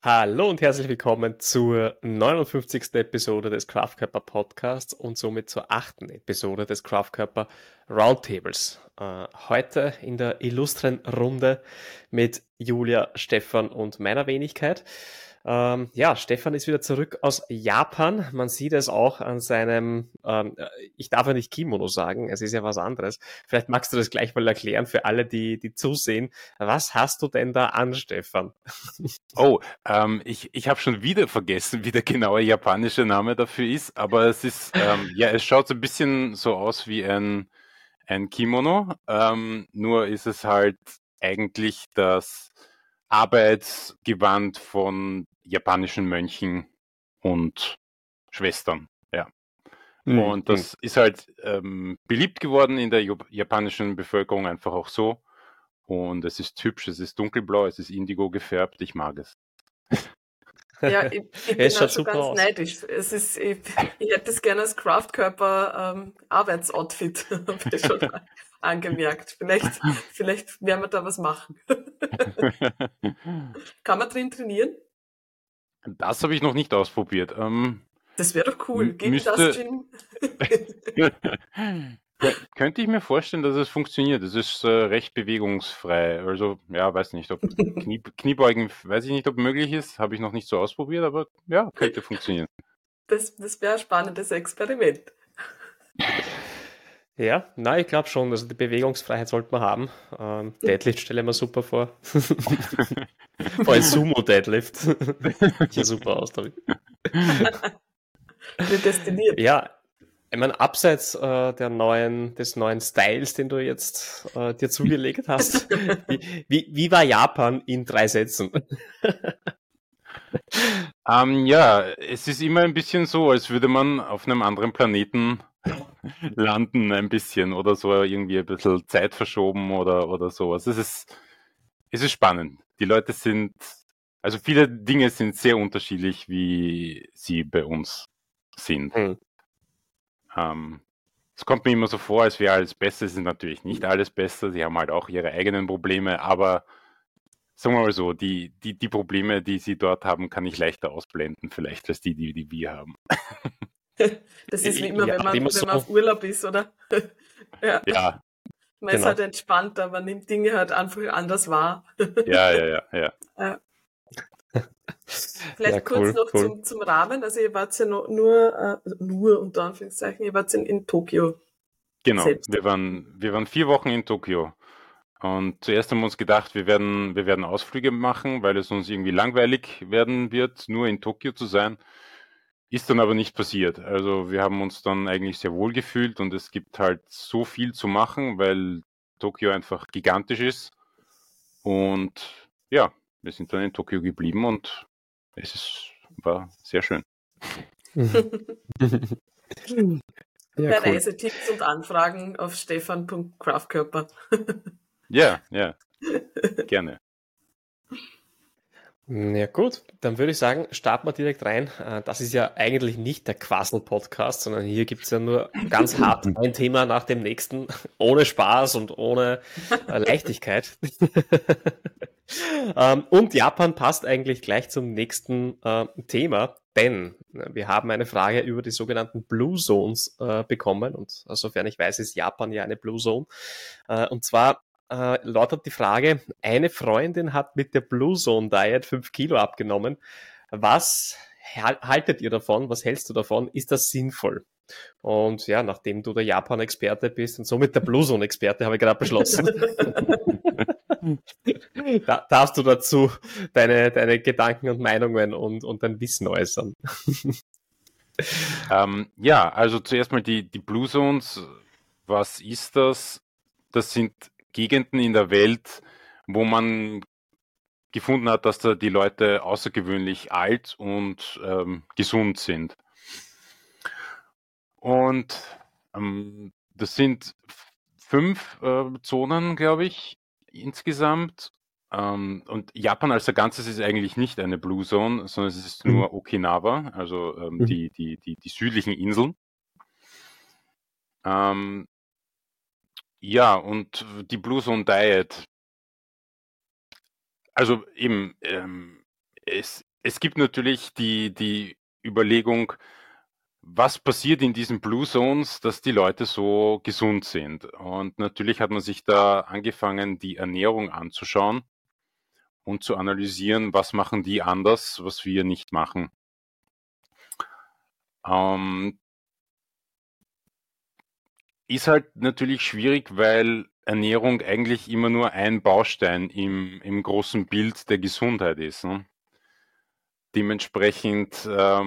Hallo und herzlich willkommen zur 59. Episode des Craftkörper Podcasts und somit zur 8. Episode des Craftkörper Roundtables. Heute in der illustren Runde mit Julia, Stefan und meiner Wenigkeit. Stefan ist wieder zurück aus Japan. Man sieht es auch an seinem, ich darf ja nicht Kimono sagen, es ist ja was anderes. Vielleicht magst du das gleich mal erklären für alle, die zusehen. Was hast du denn da an, Stefan? Oh, ich habe schon wieder vergessen, wie der genaue japanische Name dafür ist, aber es ist, es schaut so ein bisschen so aus wie ein Kimono, nur ist es halt eigentlich das Arbeitsgewand von japanischen Mönchen und Schwestern, ja. Und das ist halt beliebt geworden in der japanischen Bevölkerung einfach auch so. Und es ist hübsch, es ist dunkelblau, es ist indigo gefärbt, ich mag es. Ja, ich bin Es auch schaut schon super ganz aus. neidisch. Ich hätte das gerne als Kraftkörper Arbeitsoutfit, habe ich schon angemerkt. Vielleicht werden wir da was machen. Kann man drin trainieren? Das habe ich noch nicht ausprobiert. Das wäre doch cool. Geht das Müsste, Gym? könnte ich mir vorstellen, dass es funktioniert. Es ist recht bewegungsfrei. Also, ja, weiß nicht, ob Kniebeugen, weiß ich nicht, ob möglich ist. Habe ich noch nicht so ausprobiert, aber ja, könnte funktionieren. Das wäre ein spannendes Experiment. Ja, nein, ich glaube schon. Also die Bewegungsfreiheit sollte man haben. Deadlift stelle ich mir super vor. Vor allem Sumo-Deadlift. Sieht ja super aus damit. Prädestiniert. Ja, ich meine, abseits des neuen Styles, den du jetzt dir zugelegt hast, wie war Japan in 3 Sätzen? Es ist immer ein bisschen so, als würde man auf einem anderen Planeten landen, ein bisschen oder so irgendwie ein bisschen Zeit verschoben oder sowas. Es ist spannend. Die Leute also viele Dinge sind sehr unterschiedlich, wie sie bei uns sind. Hm. Es kommt mir immer so vor, als wäre alles besser. Es ist natürlich nicht alles besser. Sie haben halt auch ihre eigenen Probleme, aber sagen wir mal so, die Probleme, die sie dort haben, kann ich leichter ausblenden, vielleicht, als die wir haben. Das ist wie immer, Ja, immer wenn so. man auf Urlaub ist, oder? Ja. Ja, Man ist Genau. halt entspannter, man nimmt Dinge halt einfach anders wahr. ja. Ja. Vielleicht Ja, kurz noch cool. zum Rahmen. Also ihr wart ja nur unter Anführungszeichen, ihr wart in Tokio Genau. selbst. Wir waren 4 Wochen in Tokio. Und zuerst haben wir uns gedacht, wir werden Ausflüge machen, weil es uns irgendwie langweilig werden wird, nur in Tokio zu sein. Ist dann aber nicht passiert. Also wir haben uns dann eigentlich sehr wohl gefühlt und es gibt halt so viel zu machen, weil Tokio einfach gigantisch ist. Und ja, wir sind dann in Tokio geblieben und war sehr schön. Ja, Bei cool. Reisetipps und Anfragen auf stefan.kraftkörper. Ja, gerne. Ja gut, dann würde ich sagen, starten wir direkt rein. Das ist ja eigentlich nicht der Quassel-Podcast, sondern hier gibt es ja nur ganz hart ein Thema nach dem nächsten, ohne Spaß und ohne Leichtigkeit. Und Japan passt eigentlich gleich zum nächsten Thema, denn wir haben eine Frage über die sogenannten Blue Zones bekommen und sofern ich weiß, ist Japan ja eine Blue Zone. Und zwar lautet die Frage, eine Freundin hat mit der Blue Zone Diet 5 Kilo abgenommen. Was haltet ihr davon? Was hältst du davon? Ist das sinnvoll? Und ja, nachdem du der Japan-Experte bist und somit der Blue Zone-Experte, habe ich gerade beschlossen, darfst du dazu deine Gedanken und Meinungen und dein Wissen äußern. Also zuerst mal die Blue Zones. Was ist das? Das sind Gegenden in der Welt, wo man gefunden hat, dass da die Leute außergewöhnlich alt und gesund sind. Und das sind 5 Zonen, glaube ich, insgesamt. Und Japan als Ganzes ist eigentlich nicht eine Blue Zone, sondern es ist nur Okinawa, also die südlichen Inseln. Und die Blue Zone Diet. Also eben, es gibt natürlich die Überlegung, was passiert in diesen Blue Zones, dass die Leute so gesund sind. Und natürlich hat man sich da angefangen, die Ernährung anzuschauen und zu analysieren, was machen die anders, was wir nicht machen. Ist halt natürlich schwierig, weil Ernährung eigentlich immer nur ein Baustein im großen Bild der Gesundheit ist. Ne? Dementsprechend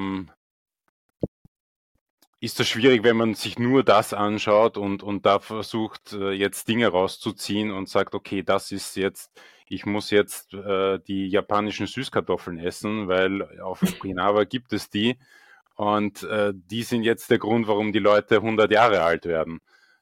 ist das schwierig, wenn man sich nur das anschaut und da versucht, jetzt Dinge rauszuziehen und sagt, okay, das ist jetzt, ich muss jetzt die japanischen Süßkartoffeln essen, weil auf Okinawa gibt es die und die sind jetzt der Grund, warum die Leute 100 Jahre alt werden.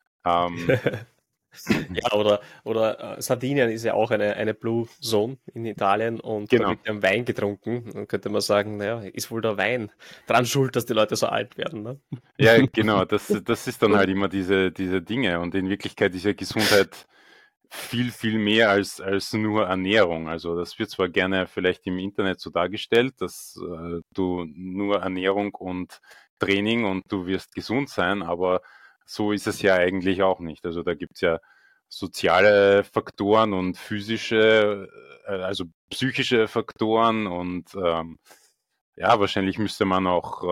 Ja, oder Sardinien ist ja auch eine Blue Zone in Italien und da Genau. wird ja Wein getrunken. Dann könnte man sagen, naja, ist wohl der Wein dran schuld, dass die Leute so alt werden, ne? Ja, genau, das ist dann halt immer diese Dinge und in Wirklichkeit ist ja Gesundheit viel, viel mehr als nur Ernährung. Also das wird zwar gerne vielleicht im Internet so dargestellt, dass du nur Ernährung und Training und du wirst gesund sein, aber so ist es ja eigentlich auch nicht. Also da gibt's ja soziale Faktoren und physische, also psychische Faktoren und ja, wahrscheinlich müsste man auch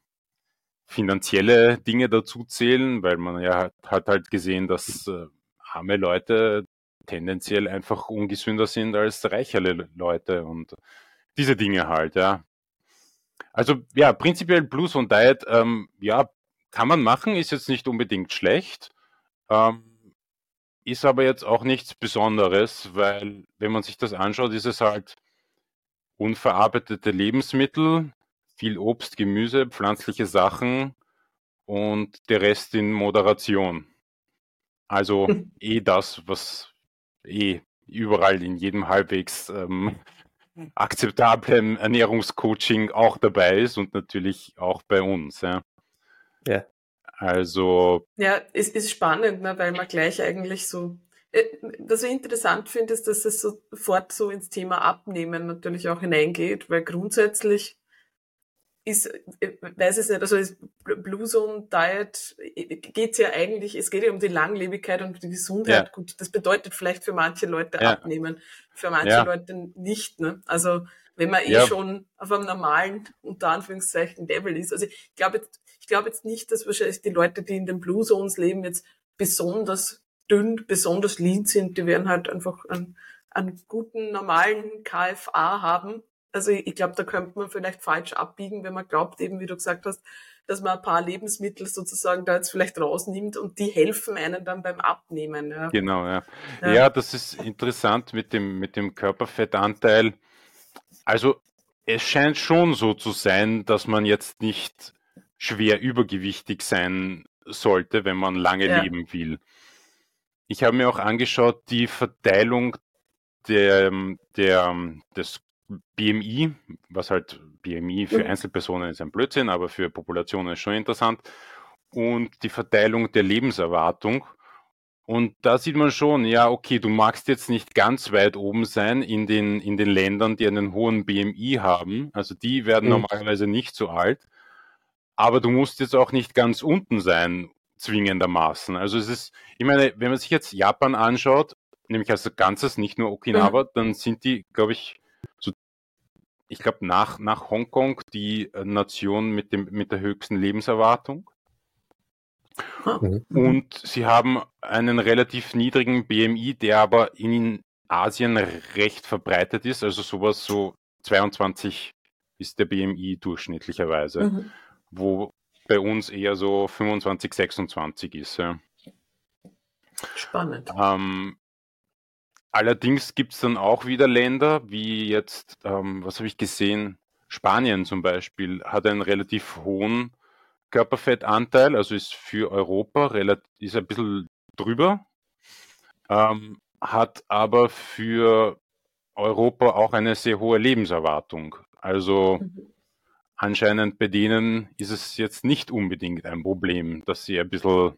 finanzielle Dinge dazu zählen, weil man ja hat halt gesehen, dass arme Leute tendenziell einfach ungesünder sind als reichere Leute und diese Dinge halt, ja. Also ja, prinzipiell Blues und Diet, ja, kann man machen, ist jetzt nicht unbedingt schlecht, ähm, ist aber jetzt auch nichts Besonderes, weil wenn man sich das anschaut, ist es halt unverarbeitete Lebensmittel, viel Obst, Gemüse, pflanzliche Sachen und der Rest in Moderation. Also das, was überall in jedem halbwegs akzeptablen Ernährungscoaching auch dabei ist und natürlich auch bei uns. Ja. Ja. Also Ja, es ist spannend, ne, weil man gleich eigentlich so, was ich interessant finde, ist, dass es sofort so ins Thema Abnehmen natürlich auch hineingeht, weil grundsätzlich ist, weiß es nicht, also Blue Zone Diet geht's ja eigentlich, es geht ja um die Langlebigkeit und die Gesundheit. ja, Gut, das bedeutet vielleicht für manche Leute ja, abnehmen, für manche ja, Leute nicht. Ne? Also wenn man ja, schon auf einem normalen, unter Anführungszeichen, Level ist. Also ich glaube jetzt nicht, dass wahrscheinlich die Leute, die in den Blue Zones leben, jetzt besonders dünn, besonders lean sind. Die werden halt einfach einen guten, normalen KFA haben. Also ich glaube, da könnte man vielleicht falsch abbiegen, wenn man glaubt, eben wie du gesagt hast, dass man ein paar Lebensmittel sozusagen da jetzt vielleicht rausnimmt und die helfen einem dann beim Abnehmen. Ja, genau, ja. ja. Ja, das ist interessant mit dem Körperfettanteil. Also es scheint schon so zu sein, dass man jetzt nicht schwer übergewichtig sein sollte, wenn man lange Ja. leben will. Ich habe mir auch angeschaut, die Verteilung des BMI, was halt BMI für Einzelpersonen ist ein Blödsinn, aber für Populationen ist schon interessant, und die Verteilung der Lebenserwartung. Und da sieht man schon, ja, okay, du magst jetzt nicht ganz weit oben sein in den Ländern, die einen hohen BMI haben. Also die werden normalerweise nicht so alt. Aber du musst jetzt auch nicht ganz unten sein, zwingendermaßen. Also es ist, ich meine, wenn man sich jetzt Japan anschaut, nämlich als Ganzes, nicht nur Okinawa, dann sind die, glaube ich, so, ich glaube nach Hongkong die Nation mit der höchsten Lebenserwartung. Und sie haben einen relativ niedrigen BMI, der aber in Asien recht verbreitet ist. Also sowas so 22 ist der BMI durchschnittlicherweise, wo bei uns eher so 25, 26 ist. Ja. Spannend. Allerdings gibt es dann auch wieder Länder, wie jetzt, was habe ich gesehen? Spanien zum Beispiel hat einen relativ hohen Körperfettanteil, also ist für Europa ist ein bisschen drüber, hat aber für Europa auch eine sehr hohe Lebenserwartung. Also anscheinend bei denen ist es jetzt nicht unbedingt ein Problem, dass sie ein bisschen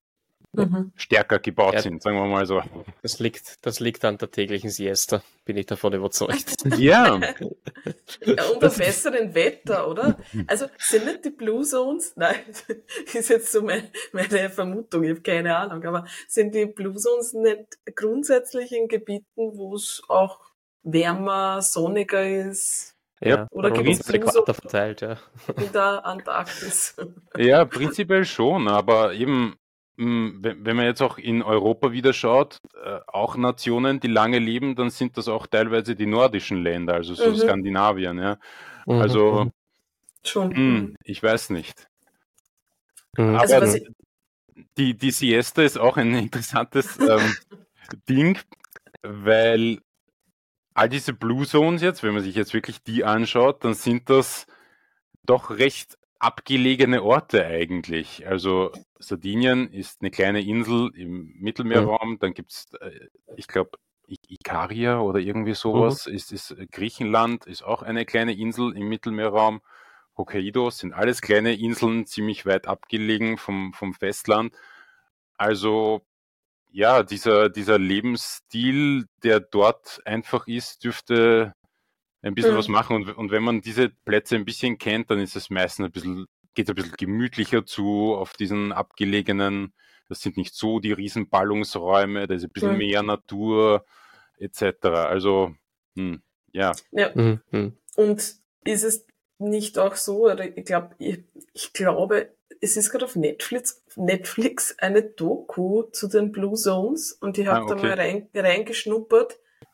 stärker gebaut Ja. sind, sagen wir mal so. Das liegt an der täglichen Siesta, bin ich davon überzeugt. Ja, Ja, und am besseren Wetter, oder? Also sind nicht die Blue Zones, nein, ist jetzt so meine Vermutung, ich habe keine Ahnung, aber sind die Blue Zones nicht grundsätzlich in Gebieten, wo es auch wärmer, sonniger ist? Ja, Oder rund gibt's ums Äquator verteilt, ja. in der Antarktis? ja, prinzipiell schon, aber eben, wenn man jetzt auch in Europa wieder schaut, auch Nationen, die lange leben, dann sind das auch teilweise die nordischen Länder, also so Skandinavien, ja. Also, Schon. ich weiß nicht. Mhm. Also Aber was ich, die Siesta ist auch ein interessantes Ding, weil all diese Blue Zones jetzt, wenn man sich jetzt wirklich die anschaut, dann sind das doch recht abgelegene Orte eigentlich. Also Sardinien ist eine kleine Insel im Mittelmeerraum, dann gibt's, ich glaube, Ikaria oder irgendwie sowas, ist Griechenland, ist auch eine kleine Insel im Mittelmeerraum. Hokkaido sind alles kleine Inseln, ziemlich weit abgelegen vom Festland. Also ja, dieser Lebensstil, der dort einfach ist, dürfte ein bisschen was machen. Und wenn man diese Plätze ein bisschen kennt, dann ist es meistens geht es ein bisschen gemütlicher zu auf diesen abgelegenen, das sind nicht so die riesen Ballungsräume, da ist ein bisschen mehr Natur, etc. Also, ja. ja. Und ist es nicht auch so, oder ich glaube, es ist gerade auf Netflix eine Doku zu den Blue Zones und ich habe da mal reingeschnuppert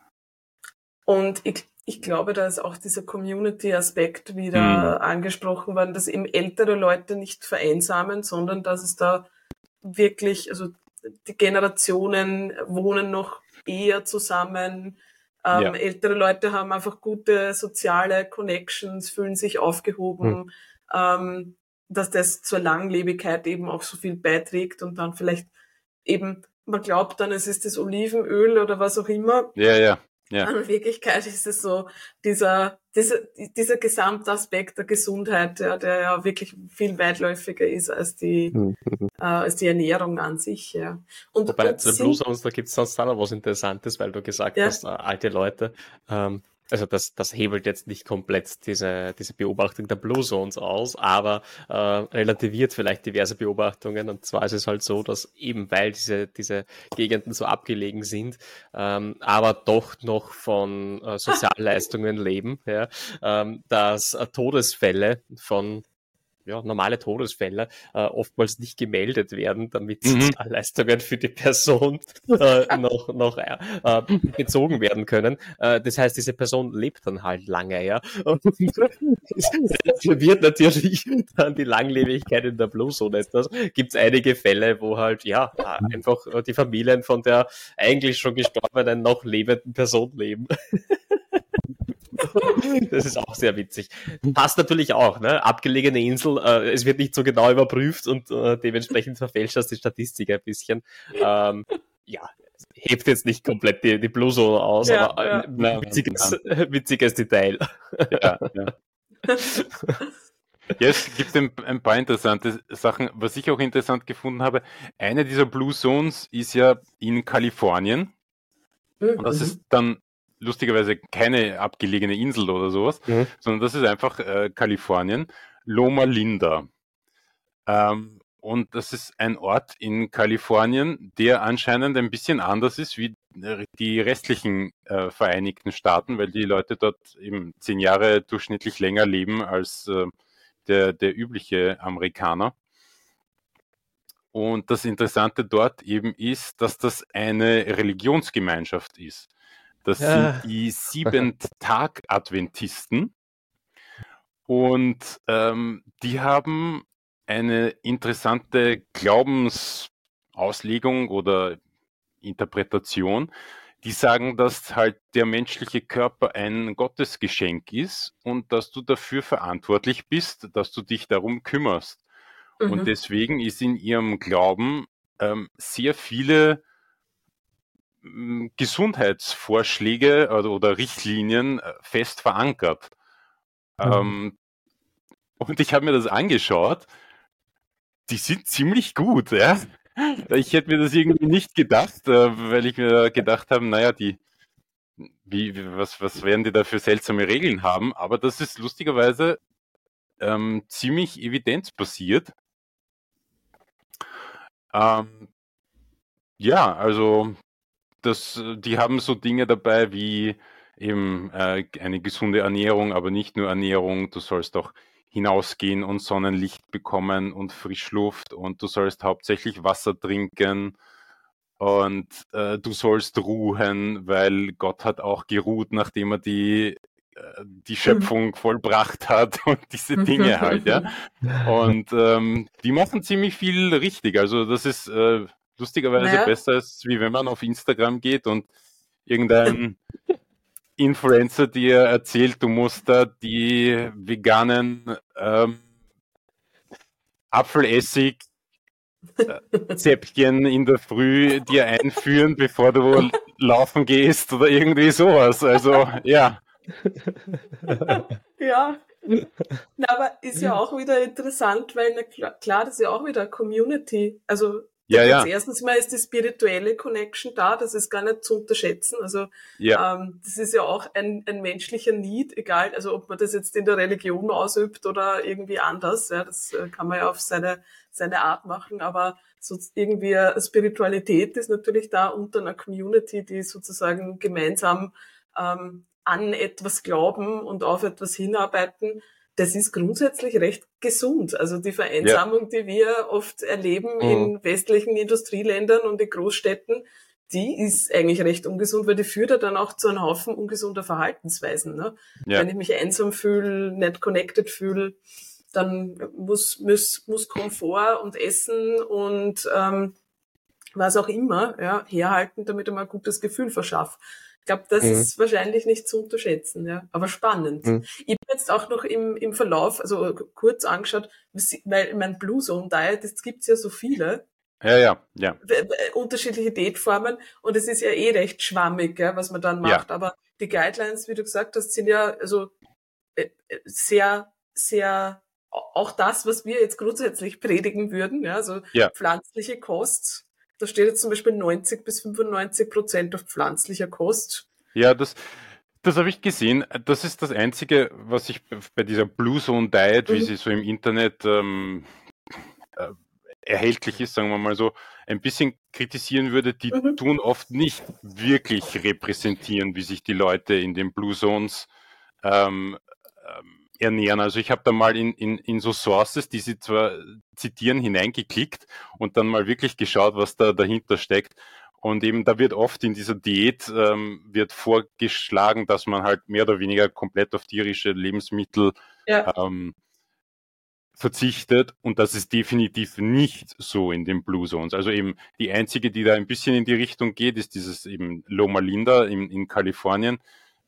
und ich glaube, da ist auch dieser Community-Aspekt wieder angesprochen worden, dass eben ältere Leute nicht vereinsamen, sondern dass es da wirklich, also die Generationen wohnen noch eher zusammen. Ältere Leute haben einfach gute soziale Connections, fühlen sich aufgehoben, dass das zur Langlebigkeit eben auch so viel beiträgt und dann vielleicht eben, man glaubt dann, es ist das Olivenöl oder was auch immer. Ja. In Wirklichkeit ist es so dieser Gesamtaspekt der Gesundheit, der ja wirklich viel weitläufiger ist als die Ernährung an sich. Ja. Wobei zu den Blue Zones, da gibt es sonst auch noch was Interessantes, weil du gesagt hast, alte Leute, also das hebelt jetzt nicht komplett diese Beobachtung der Blue Zones aus, aber relativiert vielleicht diverse Beobachtungen. Und zwar ist es halt so, dass eben weil diese Gegenden so abgelegen sind, aber doch noch von Sozialleistungen leben, ja, dass Todesfälle von normale Todesfälle oftmals nicht gemeldet werden, damit Sozialleistungen für die Person noch bezogen werden können. Das heißt, diese Person lebt dann halt lange, ja. Und wird natürlich dann die Langlebigkeit in der Blue Zone etwas. Gibt es einige Fälle, wo halt einfach die Familien von der eigentlich schon gestorbenen, noch lebenden Person leben. Das ist auch sehr witzig. Passt natürlich auch, ne? Abgelegene Insel, es wird nicht so genau überprüft und dementsprechend verfälscht das die Statistik ein bisschen. Hebt jetzt nicht komplett die Blue Zone aus, aber ein witziges Detail. Ja. Ja, es gibt ein paar interessante Sachen. Was ich auch interessant gefunden habe, eine dieser Blue Zones ist ja in Kalifornien. Und das ist dann lustigerweise keine abgelegene Insel oder sowas, sondern das ist einfach Kalifornien, Loma Linda. Und das ist ein Ort in Kalifornien, der anscheinend ein bisschen anders ist wie die restlichen Vereinigten Staaten, weil die Leute dort eben 10 Jahre durchschnittlich länger leben als der übliche Amerikaner. Und das Interessante dort eben ist, dass das eine Religionsgemeinschaft ist. Das sind die Siebent-Tag-Adventisten. Und die haben eine interessante Glaubensauslegung oder Interpretation. Die sagen, dass halt der menschliche Körper ein Gottesgeschenk ist und dass du dafür verantwortlich bist, dass du dich darum kümmerst. Und deswegen ist in ihrem Glauben sehr viele Gesundheitsvorschläge oder Richtlinien fest verankert. Und ich habe mir das angeschaut. Die sind ziemlich gut, ja. Ich hätte mir das irgendwie nicht gedacht, weil ich mir gedacht habe, naja, was werden die da für seltsame Regeln haben? Aber das ist lustigerweise ziemlich evidenzbasiert. Ja, also die haben so Dinge dabei wie eben eine gesunde Ernährung, aber nicht nur Ernährung. Du sollst auch hinausgehen und Sonnenlicht bekommen und Frischluft und du sollst hauptsächlich Wasser trinken und du sollst ruhen, weil Gott hat auch geruht, nachdem er die Schöpfung vollbracht hat und diese Dinge halt, ja. Und die machen ziemlich viel richtig. Also das ist lustigerweise besser, als wie wenn man auf Instagram geht und irgendein Influencer dir erzählt, du musst da die veganen Apfelessig Zäpfchen in der Früh dir einführen, bevor du laufen gehst oder irgendwie sowas. Also ja. Ja. Na, aber ist ja auch wieder interessant, weil klar, das ist ja auch wieder Community. Also Ja. erstens mal ist die spirituelle Connection da, das ist gar nicht zu unterschätzen. Also das ist ja auch ein menschlicher Need, egal, also ob man das jetzt in der Religion ausübt oder irgendwie anders. Ja, das kann man ja auf seine Art machen, aber so irgendwie Spiritualität ist natürlich da unter einer Community, die sozusagen gemeinsam an etwas glauben und auf etwas hinarbeiten, das ist grundsätzlich recht gesund. Also die Vereinsamung, die wir oft erleben in westlichen Industrieländern und in Großstädten, die ist eigentlich recht ungesund, weil die führt ja dann auch zu einem Haufen ungesunder Verhaltensweisen. Ne? Ja. Wenn ich mich einsam fühle, nicht connected fühle, dann muss Komfort und Essen und was auch immer herhalten, damit ich mir ein gutes Gefühl verschaffe. Ich glaube, das ist wahrscheinlich nicht zu unterschätzen, ja. Aber spannend. Ich habe jetzt auch noch im Verlauf, also kurz angeschaut, weil mein Blue Zone Diet, das gibt's ja so viele. Ja. Unterschiedliche Diätformen und es ist ja eh recht schwammig, ja, was man dann macht. Aber die Guidelines, wie du gesagt hast, sind ja also sehr, sehr auch das, was wir jetzt grundsätzlich predigen würden, ja, also pflanzliche Kost. Da steht jetzt zum Beispiel 90-95% auf pflanzlicher Kost. Ja, das habe ich gesehen. Das ist das Einzige, was ich bei dieser Blue Zone Diet, wie sie so im Internet erhältlich ist, sagen wir mal so, ein bisschen kritisieren würde. Die tun oft nicht wirklich repräsentieren, wie sich die Leute in den Blue Zones ernähren. Also ich habe da mal in so Sources, die sie zwar zitieren, hineingeklickt und dann mal wirklich geschaut, was da dahinter steckt. Und eben da wird oft in dieser Diät wird vorgeschlagen, dass man halt mehr oder weniger komplett auf tierische Lebensmittel verzichtet. Und das ist definitiv nicht so in den Blue Zones. Also eben die einzige, die da ein bisschen in die Richtung geht, ist dieses eben Loma Linda in Kalifornien.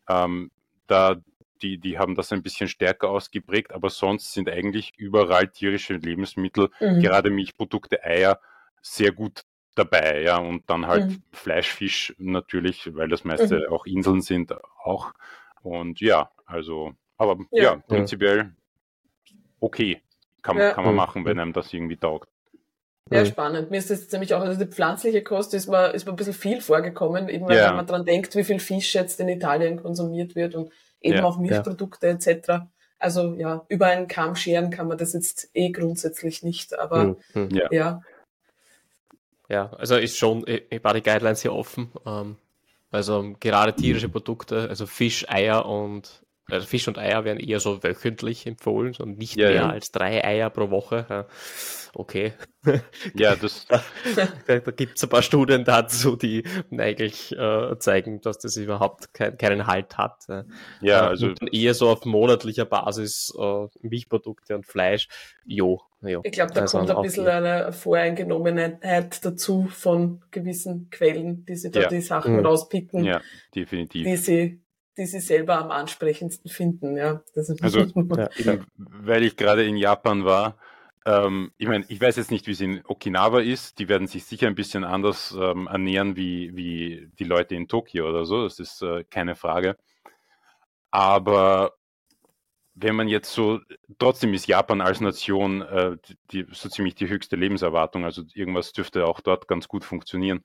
Die haben das ein bisschen stärker ausgeprägt, aber sonst sind eigentlich überall tierische Lebensmittel, gerade Milchprodukte, Eier, sehr gut dabei, ja, und dann halt Fleisch, Fisch natürlich, weil das meiste auch Inseln sind, auch. Und ja, also, aber prinzipiell okay, kann man machen, wenn einem das irgendwie taugt. Ja, spannend. Mir ist das nämlich auch, also die pflanzliche Kost ist mir ein bisschen viel vorgekommen, eben weil wenn man dran denkt, wie viel Fisch jetzt in Italien konsumiert wird und eben auch Milchprodukte etc. Also ja, über einen Kamm scheren kann man das jetzt grundsätzlich nicht, aber ja. Ja, also ist schon, ich war die Guidelines hier offen. Also gerade tierische Produkte, also Fisch, Eier und Fisch und Eier werden eher so wöchentlich empfohlen und nicht mehr als 3 Eier pro Woche. Okay. Ja, da gibt es ein paar Studien dazu, die eigentlich zeigen, dass das überhaupt keinen Halt hat. Also und dann eher so auf monatlicher Basis Milchprodukte und Fleisch. Ich glaube, da kommt ein bisschen eine Voreingenommenheit dazu von gewissen Quellen, die sie da die Sachen rauspicken. Ja, definitiv. Die sie selber am ansprechendsten finden. Ja. Also, weil ich gerade in Japan war, ich meine, ich weiß jetzt nicht, wie es in Okinawa ist. Die werden sich sicher ein bisschen anders ernähren wie die Leute in Tokio oder so. Das ist keine Frage. Aber wenn man jetzt so, trotzdem ist Japan als Nation so ziemlich die höchste Lebenserwartung, also irgendwas dürfte auch dort ganz gut funktionieren.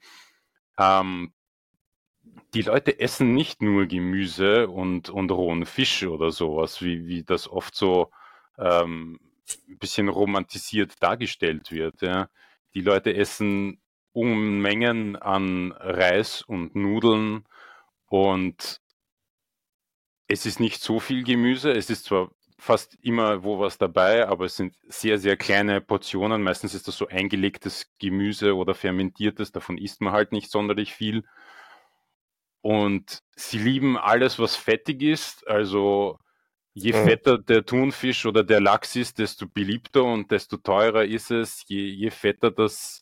Die Leute essen nicht nur Gemüse und rohen Fisch oder sowas, wie das oft so ein bisschen romantisiert dargestellt wird. Ja. Die Leute essen Unmengen an Reis und Nudeln und es ist nicht so viel Gemüse. Es ist zwar fast immer wo was dabei, aber es sind sehr, sehr kleine Portionen. Meistens ist das so eingelegtes Gemüse oder fermentiertes. Davon isst man halt nicht sonderlich viel. Und sie lieben alles, was fettig ist. Also je fetter der Thunfisch oder der Lachs ist, desto beliebter und desto teurer ist es. Je fetter das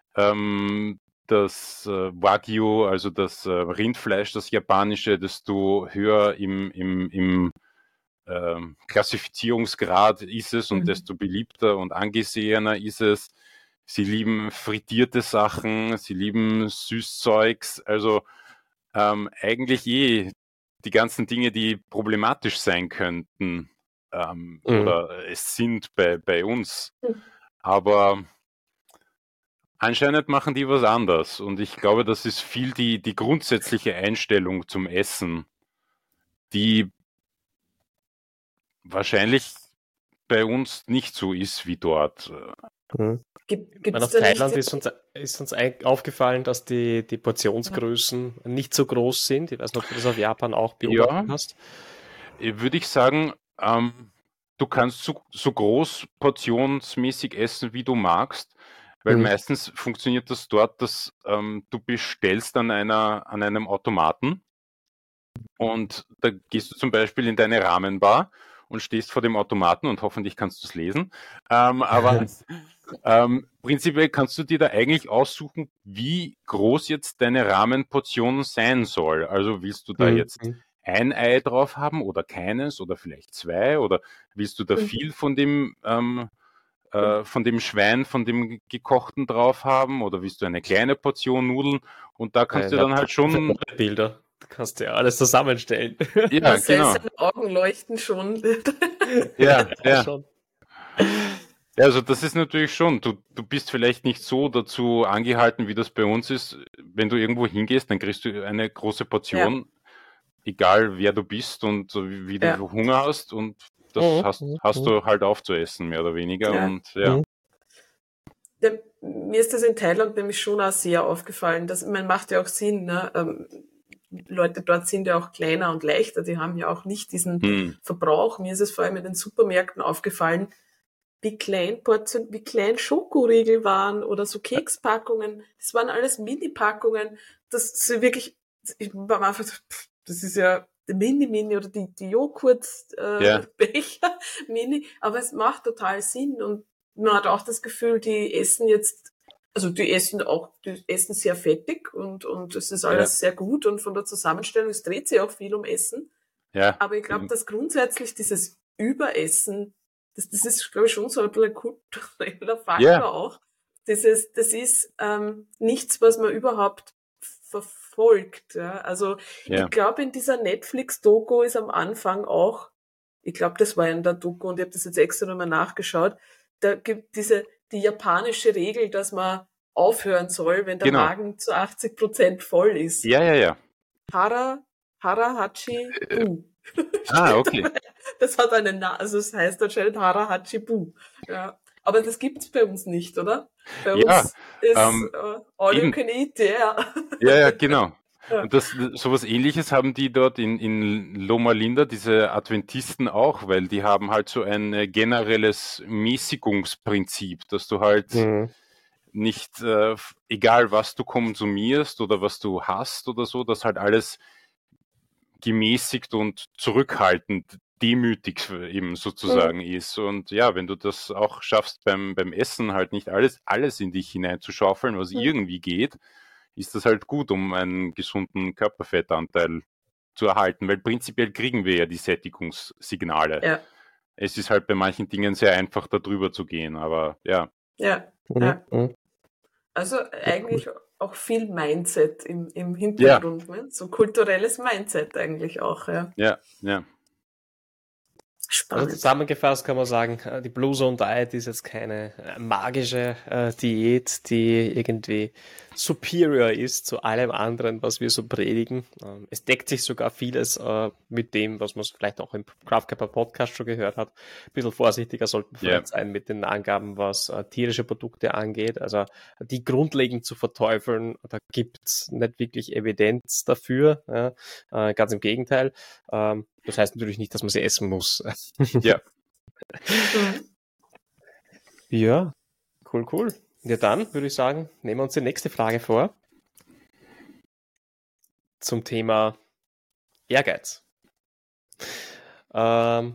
Wagyu, also das Rindfleisch, das japanische, desto höher im Klassifizierungsgrad ist es und desto beliebter und angesehener ist es. Sie lieben frittierte Sachen, sie lieben Süßzeugs, also eigentlich die ganzen Dinge, die problematisch sein könnten oder es sind bei uns. Aber anscheinend machen die was anders und ich glaube, das ist viel die grundsätzliche Einstellung zum Essen, die wahrscheinlich bei uns nicht so ist wie dort. Auf Thailand ist uns aufgefallen, dass die Portionsgrößen nicht so groß sind. Ich weiß nicht, ob du das auf Japan auch beobachtet hast. Würde ich sagen, du kannst so groß portionsmäßig essen, wie du magst, weil meistens funktioniert das dort, dass du bestellst an einem Automaten und da gehst du zum Beispiel in deine Ramenbar und stehst vor dem Automaten und hoffentlich kannst du es lesen. Aber prinzipiell kannst du dir da eigentlich aussuchen, wie groß jetzt deine Rahmenportion sein soll. Also willst du da jetzt ein Ei drauf haben oder keines oder vielleicht zwei oder willst du da viel von dem Schwein, von dem gekochten drauf haben oder willst du eine kleine Portion Nudeln und da kannst du dann halt schon Bilder. Du kannst ja alles zusammenstellen. Ja, genau. Seine Augen leuchten schon. Ja. Schon. Ja, also das ist natürlich schon, du bist vielleicht nicht so dazu angehalten, wie das bei uns ist. Wenn du irgendwo hingehst, dann kriegst du eine große Portion, egal wer du bist und wie du Hunger hast und das hast du halt aufzuessen, mehr oder weniger. Ja. Und ja. Mir ist das in Thailand nämlich schon auch sehr aufgefallen. Macht ja auch Sinn, ne? Leute dort sind ja auch kleiner und leichter, die haben ja auch nicht diesen Verbrauch. Mir ist es vor allem in den Supermärkten aufgefallen, wie klein Schokoriegel waren oder so Kekspackungen. Das waren alles Mini-Packungen. Das ist wirklich, ich war einfach, das ist ja Mini oder die Joghurt-Becher Mini, aber es macht total Sinn und man hat auch das Gefühl, die essen sehr fettig und es ist alles sehr gut und von der Zusammenstellung, es dreht sich auch viel um Essen. Ja. Aber ich glaube, dass grundsätzlich dieses Überessen, das ist, glaube ich, schon so ein bisschen ein kultureller Faktor auch. Das ist nichts, was man überhaupt verfolgt. Ja. Also ich glaube, in dieser Netflix-Doku ist am Anfang auch, ich glaube, das war in der Doku und ich habe das jetzt extra nochmal nachgeschaut, da gibt die japanische Regel, dass man aufhören soll, wenn der Magen zu 80% voll ist. Ja. Hara, Hachi, Bu. Okay. Das hat einen Namen, also es heißt anscheinend Hara, Hachi, Bu. Ja. Aber das gibt's bei uns nicht, oder? Bei uns ist all you can eat, Ja, genau. Und sowas Ähnliches haben die dort in Loma Linda, diese Adventisten auch, weil die haben halt so ein generelles Mäßigungsprinzip, dass du halt nicht, egal was du konsumierst oder was du hast oder so, dass halt alles gemäßigt und zurückhaltend, demütig eben sozusagen ist. Und ja, wenn du das auch schaffst beim Essen halt nicht alles in dich hineinzuschaufeln, was irgendwie geht, ist das halt gut, um einen gesunden Körperfettanteil zu erhalten, weil prinzipiell kriegen wir ja die Sättigungssignale. Ja. Es ist halt bei manchen Dingen sehr einfach, da drüber zu gehen, aber ja. Ja. Also eigentlich auch viel Mindset im Hintergrund, ne? So kulturelles Mindset eigentlich auch, Ja. Also zusammengefasst kann man sagen, die Blue Zone Diet ist jetzt keine magische Diät, die irgendwie superior ist zu allem anderen, was wir so predigen. Es deckt sich sogar vieles mit dem, was man vielleicht auch im Craftkörper Podcast schon gehört hat. Ein bisschen vorsichtiger sollten wir vielleicht sein mit den Angaben, was tierische Produkte angeht. Also die grundlegend zu verteufeln, da gibt es nicht wirklich Evidenz dafür. Ja? Ganz im Gegenteil. Das heißt natürlich nicht, dass man sie essen muss. Ja. Ja, cool. Ja, dann würde ich sagen, nehmen wir uns die nächste Frage vor. Zum Thema Ehrgeiz. Die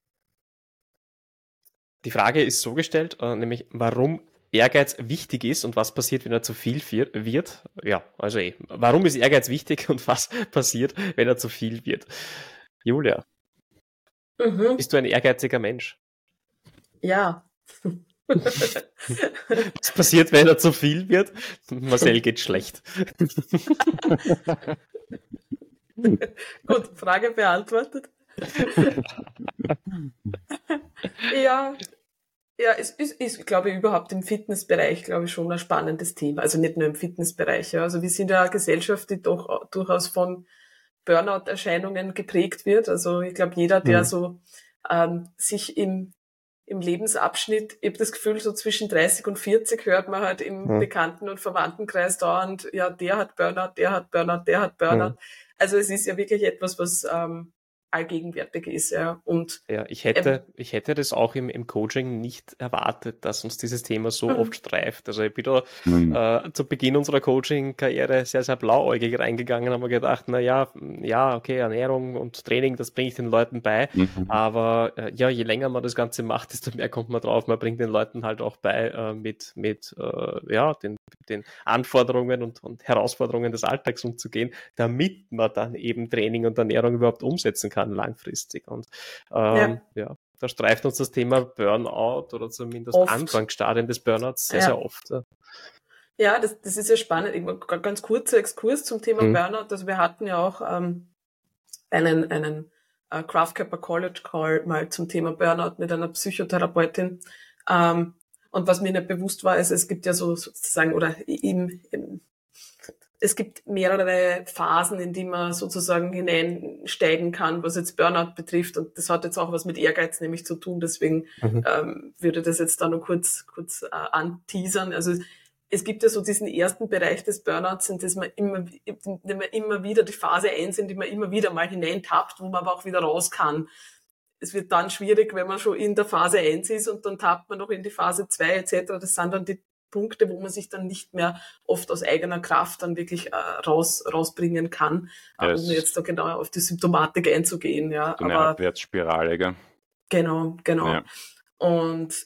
Frage ist so gestellt, nämlich warum Ehrgeiz wichtig ist und was passiert, wenn er zu viel wird. Ja, also warum ist Ehrgeiz wichtig und was passiert, wenn er zu viel wird? Julia, bist du ein ehrgeiziger Mensch? Ja. Was passiert, wenn er zu viel wird? Marcel geht schlecht. Gut, Frage beantwortet. Ja, es ist, glaube ich, überhaupt im Fitnessbereich, glaube ich, schon ein spannendes Thema. Also nicht nur im Fitnessbereich. Ja. Also wir sind ja eine Gesellschaft, die doch durchaus von Burnout-Erscheinungen geprägt wird. Also ich glaube, jeder, der so sich im Lebensabschnitt, ich habe das Gefühl, so zwischen 30 und 40 hört man halt im Bekannten- und Verwandtenkreis dauernd, ja, der hat Burnout, der hat Burnout, der hat Burnout. Also es ist ja wirklich etwas, was allgegenwärtig ist, ja. Und ja, ich hätte das auch im Coaching nicht erwartet, dass uns dieses Thema so oft streift. Also ich bin da zu Beginn unserer Coaching-Karriere sehr, sehr blauäugig reingegangen, haben wir gedacht, ja, okay, Ernährung und Training, das bringe ich den Leuten bei. Aber je länger man das Ganze macht, desto mehr kommt man drauf. Man bringt den Leuten halt auch bei, mit den Anforderungen und Herausforderungen des Alltags umzugehen, damit man dann eben Training und Ernährung überhaupt umsetzen kann langfristig. Und da streift uns das Thema Burnout oder zumindest Anfangsstadien des Burnouts sehr, sehr oft. Ja, das ist ja spannend. Ganz kurzer Exkurs zum Thema Burnout. Also wir hatten ja auch einen Craftkörper College Call mal zum Thema Burnout mit einer Psychotherapeutin. Und was mir nicht bewusst war, ist, es gibt ja sozusagen, oder es gibt mehrere Phasen, in die man sozusagen hineinsteigen kann, was jetzt Burnout betrifft. Und das hat jetzt auch was mit Ehrgeiz nämlich zu tun. Deswegen würde das jetzt da nur kurz anteasern. Also es gibt ja so diesen ersten Bereich des Burnouts, in dem man immer wieder die Phase 1, in die man immer wieder mal hineintappt, wo man aber auch wieder raus kann. Es wird dann schwierig, wenn man schon in der Phase 1 ist und dann tappt man noch in die Phase 2 etc. Das sind dann die Punkte, wo man sich dann nicht mehr oft aus eigener Kraft dann wirklich rausbringen kann, um jetzt da genau auf die Symptomatik einzugehen. Ja. So eine Abwärtsspirale, gell? Genau. Ja. Und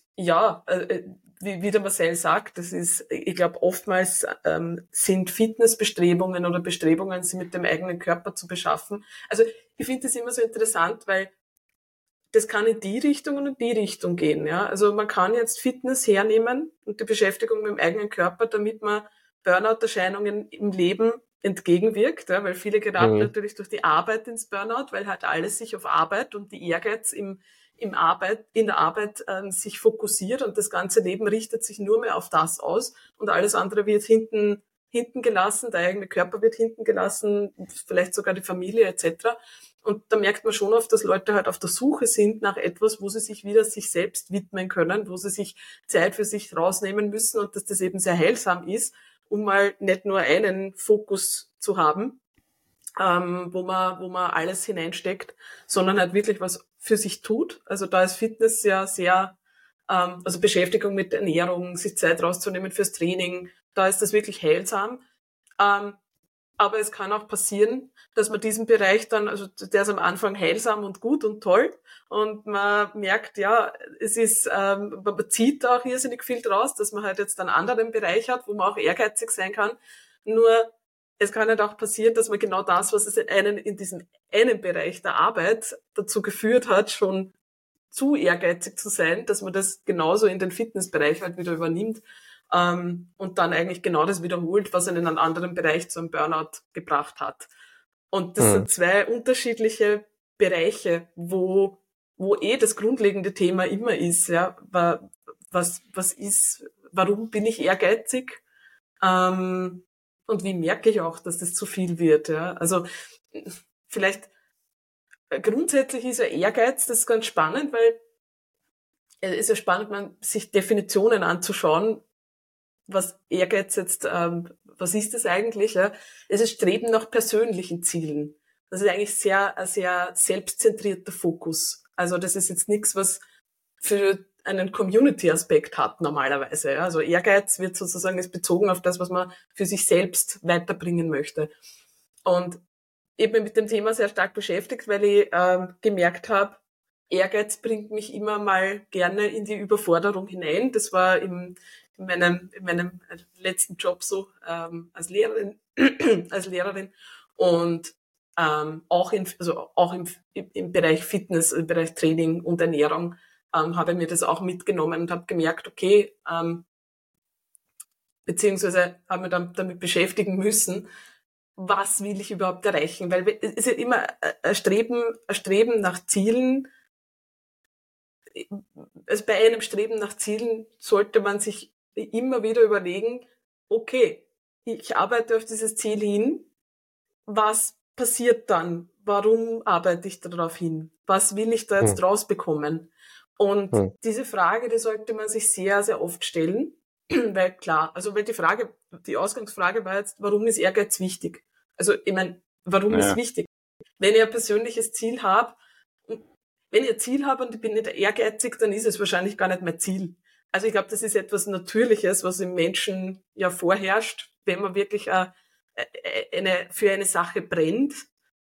wie der Marcel sagt, das ist, ich glaube, oftmals sind Fitnessbestrebungen oder Bestrebungen, sie mit dem eigenen Körper zu beschaffen. Also ich finde das immer so interessant, weil das kann in die Richtung und in die Richtung gehen. Ja? Also man kann jetzt Fitness hernehmen und die Beschäftigung mit dem eigenen Körper, damit man Burnout-Erscheinungen im Leben entgegenwirkt, ja? Weil viele geraten natürlich durch die Arbeit ins Burnout, weil halt alles sich auf Arbeit und die Ehrgeiz in der Arbeit sich fokussiert und das ganze Leben richtet sich nur mehr auf das aus und alles andere wird hinten gelassen, der eigene Körper wird hinten gelassen, vielleicht sogar die Familie etc. Und da merkt man schon oft, dass Leute halt auf der Suche sind nach etwas, wo sie sich wieder sich selbst widmen können, wo sie sich Zeit für sich rausnehmen müssen und dass das eben sehr heilsam ist, um mal nicht nur einen Fokus zu haben, wo man alles hineinsteckt, sondern halt wirklich was für sich tut. Also da ist Fitness ja sehr, also Beschäftigung mit Ernährung, sich Zeit rauszunehmen fürs Training, da ist das wirklich heilsam. Aber es kann auch passieren, dass man diesen Bereich dann, also der ist am Anfang heilsam und gut und toll und man merkt, ja, es ist, man zieht da auch irrsinnig viel draus, dass man halt jetzt einen anderen Bereich hat, wo man auch ehrgeizig sein kann. Nur es kann halt auch passieren, dass man genau das, was es in diesem einen Bereich der Arbeit dazu geführt hat, schon zu ehrgeizig zu sein, dass man das genauso in den Fitnessbereich halt wieder übernimmt. Und dann eigentlich genau das wiederholt, was einen in einem anderen Bereich zu einem Burnout gebracht hat. Und das sind zwei unterschiedliche Bereiche, wo wo das grundlegende Thema immer ist, ja, warum bin ich ehrgeizig? Und wie merke ich auch, dass das zu viel wird, ja? Also, vielleicht grundsätzlich ist ja Ehrgeiz, das ist ganz spannend, weil es ist ja spannend, sich Definitionen anzuschauen, was Ehrgeiz jetzt, was ist das eigentlich? Ja? Es ist Streben nach persönlichen Zielen. Das ist eigentlich ein sehr selbstzentrierter Fokus. Also das ist jetzt nichts, was für einen Community-Aspekt hat normalerweise. Ja? Also Ehrgeiz wird sozusagen ist bezogen auf das, was man für sich selbst weiterbringen möchte. Und ich habe mich mit dem Thema sehr stark beschäftigt, weil ich gemerkt habe, Ehrgeiz bringt mich immer mal gerne in die Überforderung hinein. Das war in meinem letzten Job so als Lehrerin und auch im Bereich Fitness, im Bereich Training und Ernährung habe ich mir das auch mitgenommen und habe gemerkt, okay, beziehungsweise habe mich dann damit beschäftigen müssen, was will ich überhaupt erreichen? Weil es ist ja immer ein Streben nach Zielen. Also bei einem Streben nach Zielen sollte man sich immer wieder überlegen, okay, ich arbeite auf dieses Ziel hin, was passiert dann? Warum arbeite ich darauf hin? Was will ich da jetzt rausbekommen? Und diese Frage, die sollte man sich sehr, sehr oft stellen, weil klar, also weil die Ausgangsfrage war jetzt, warum ist Ehrgeiz wichtig? Also ich meine, warum ist wichtig? Wenn ich ein persönliches Ziel habe, wenn ich ein Ziel habe und ich bin nicht ehrgeizig, dann ist es wahrscheinlich gar nicht mein Ziel. Also ich glaube, das ist etwas Natürliches, was im Menschen ja vorherrscht, wenn man wirklich für eine Sache brennt,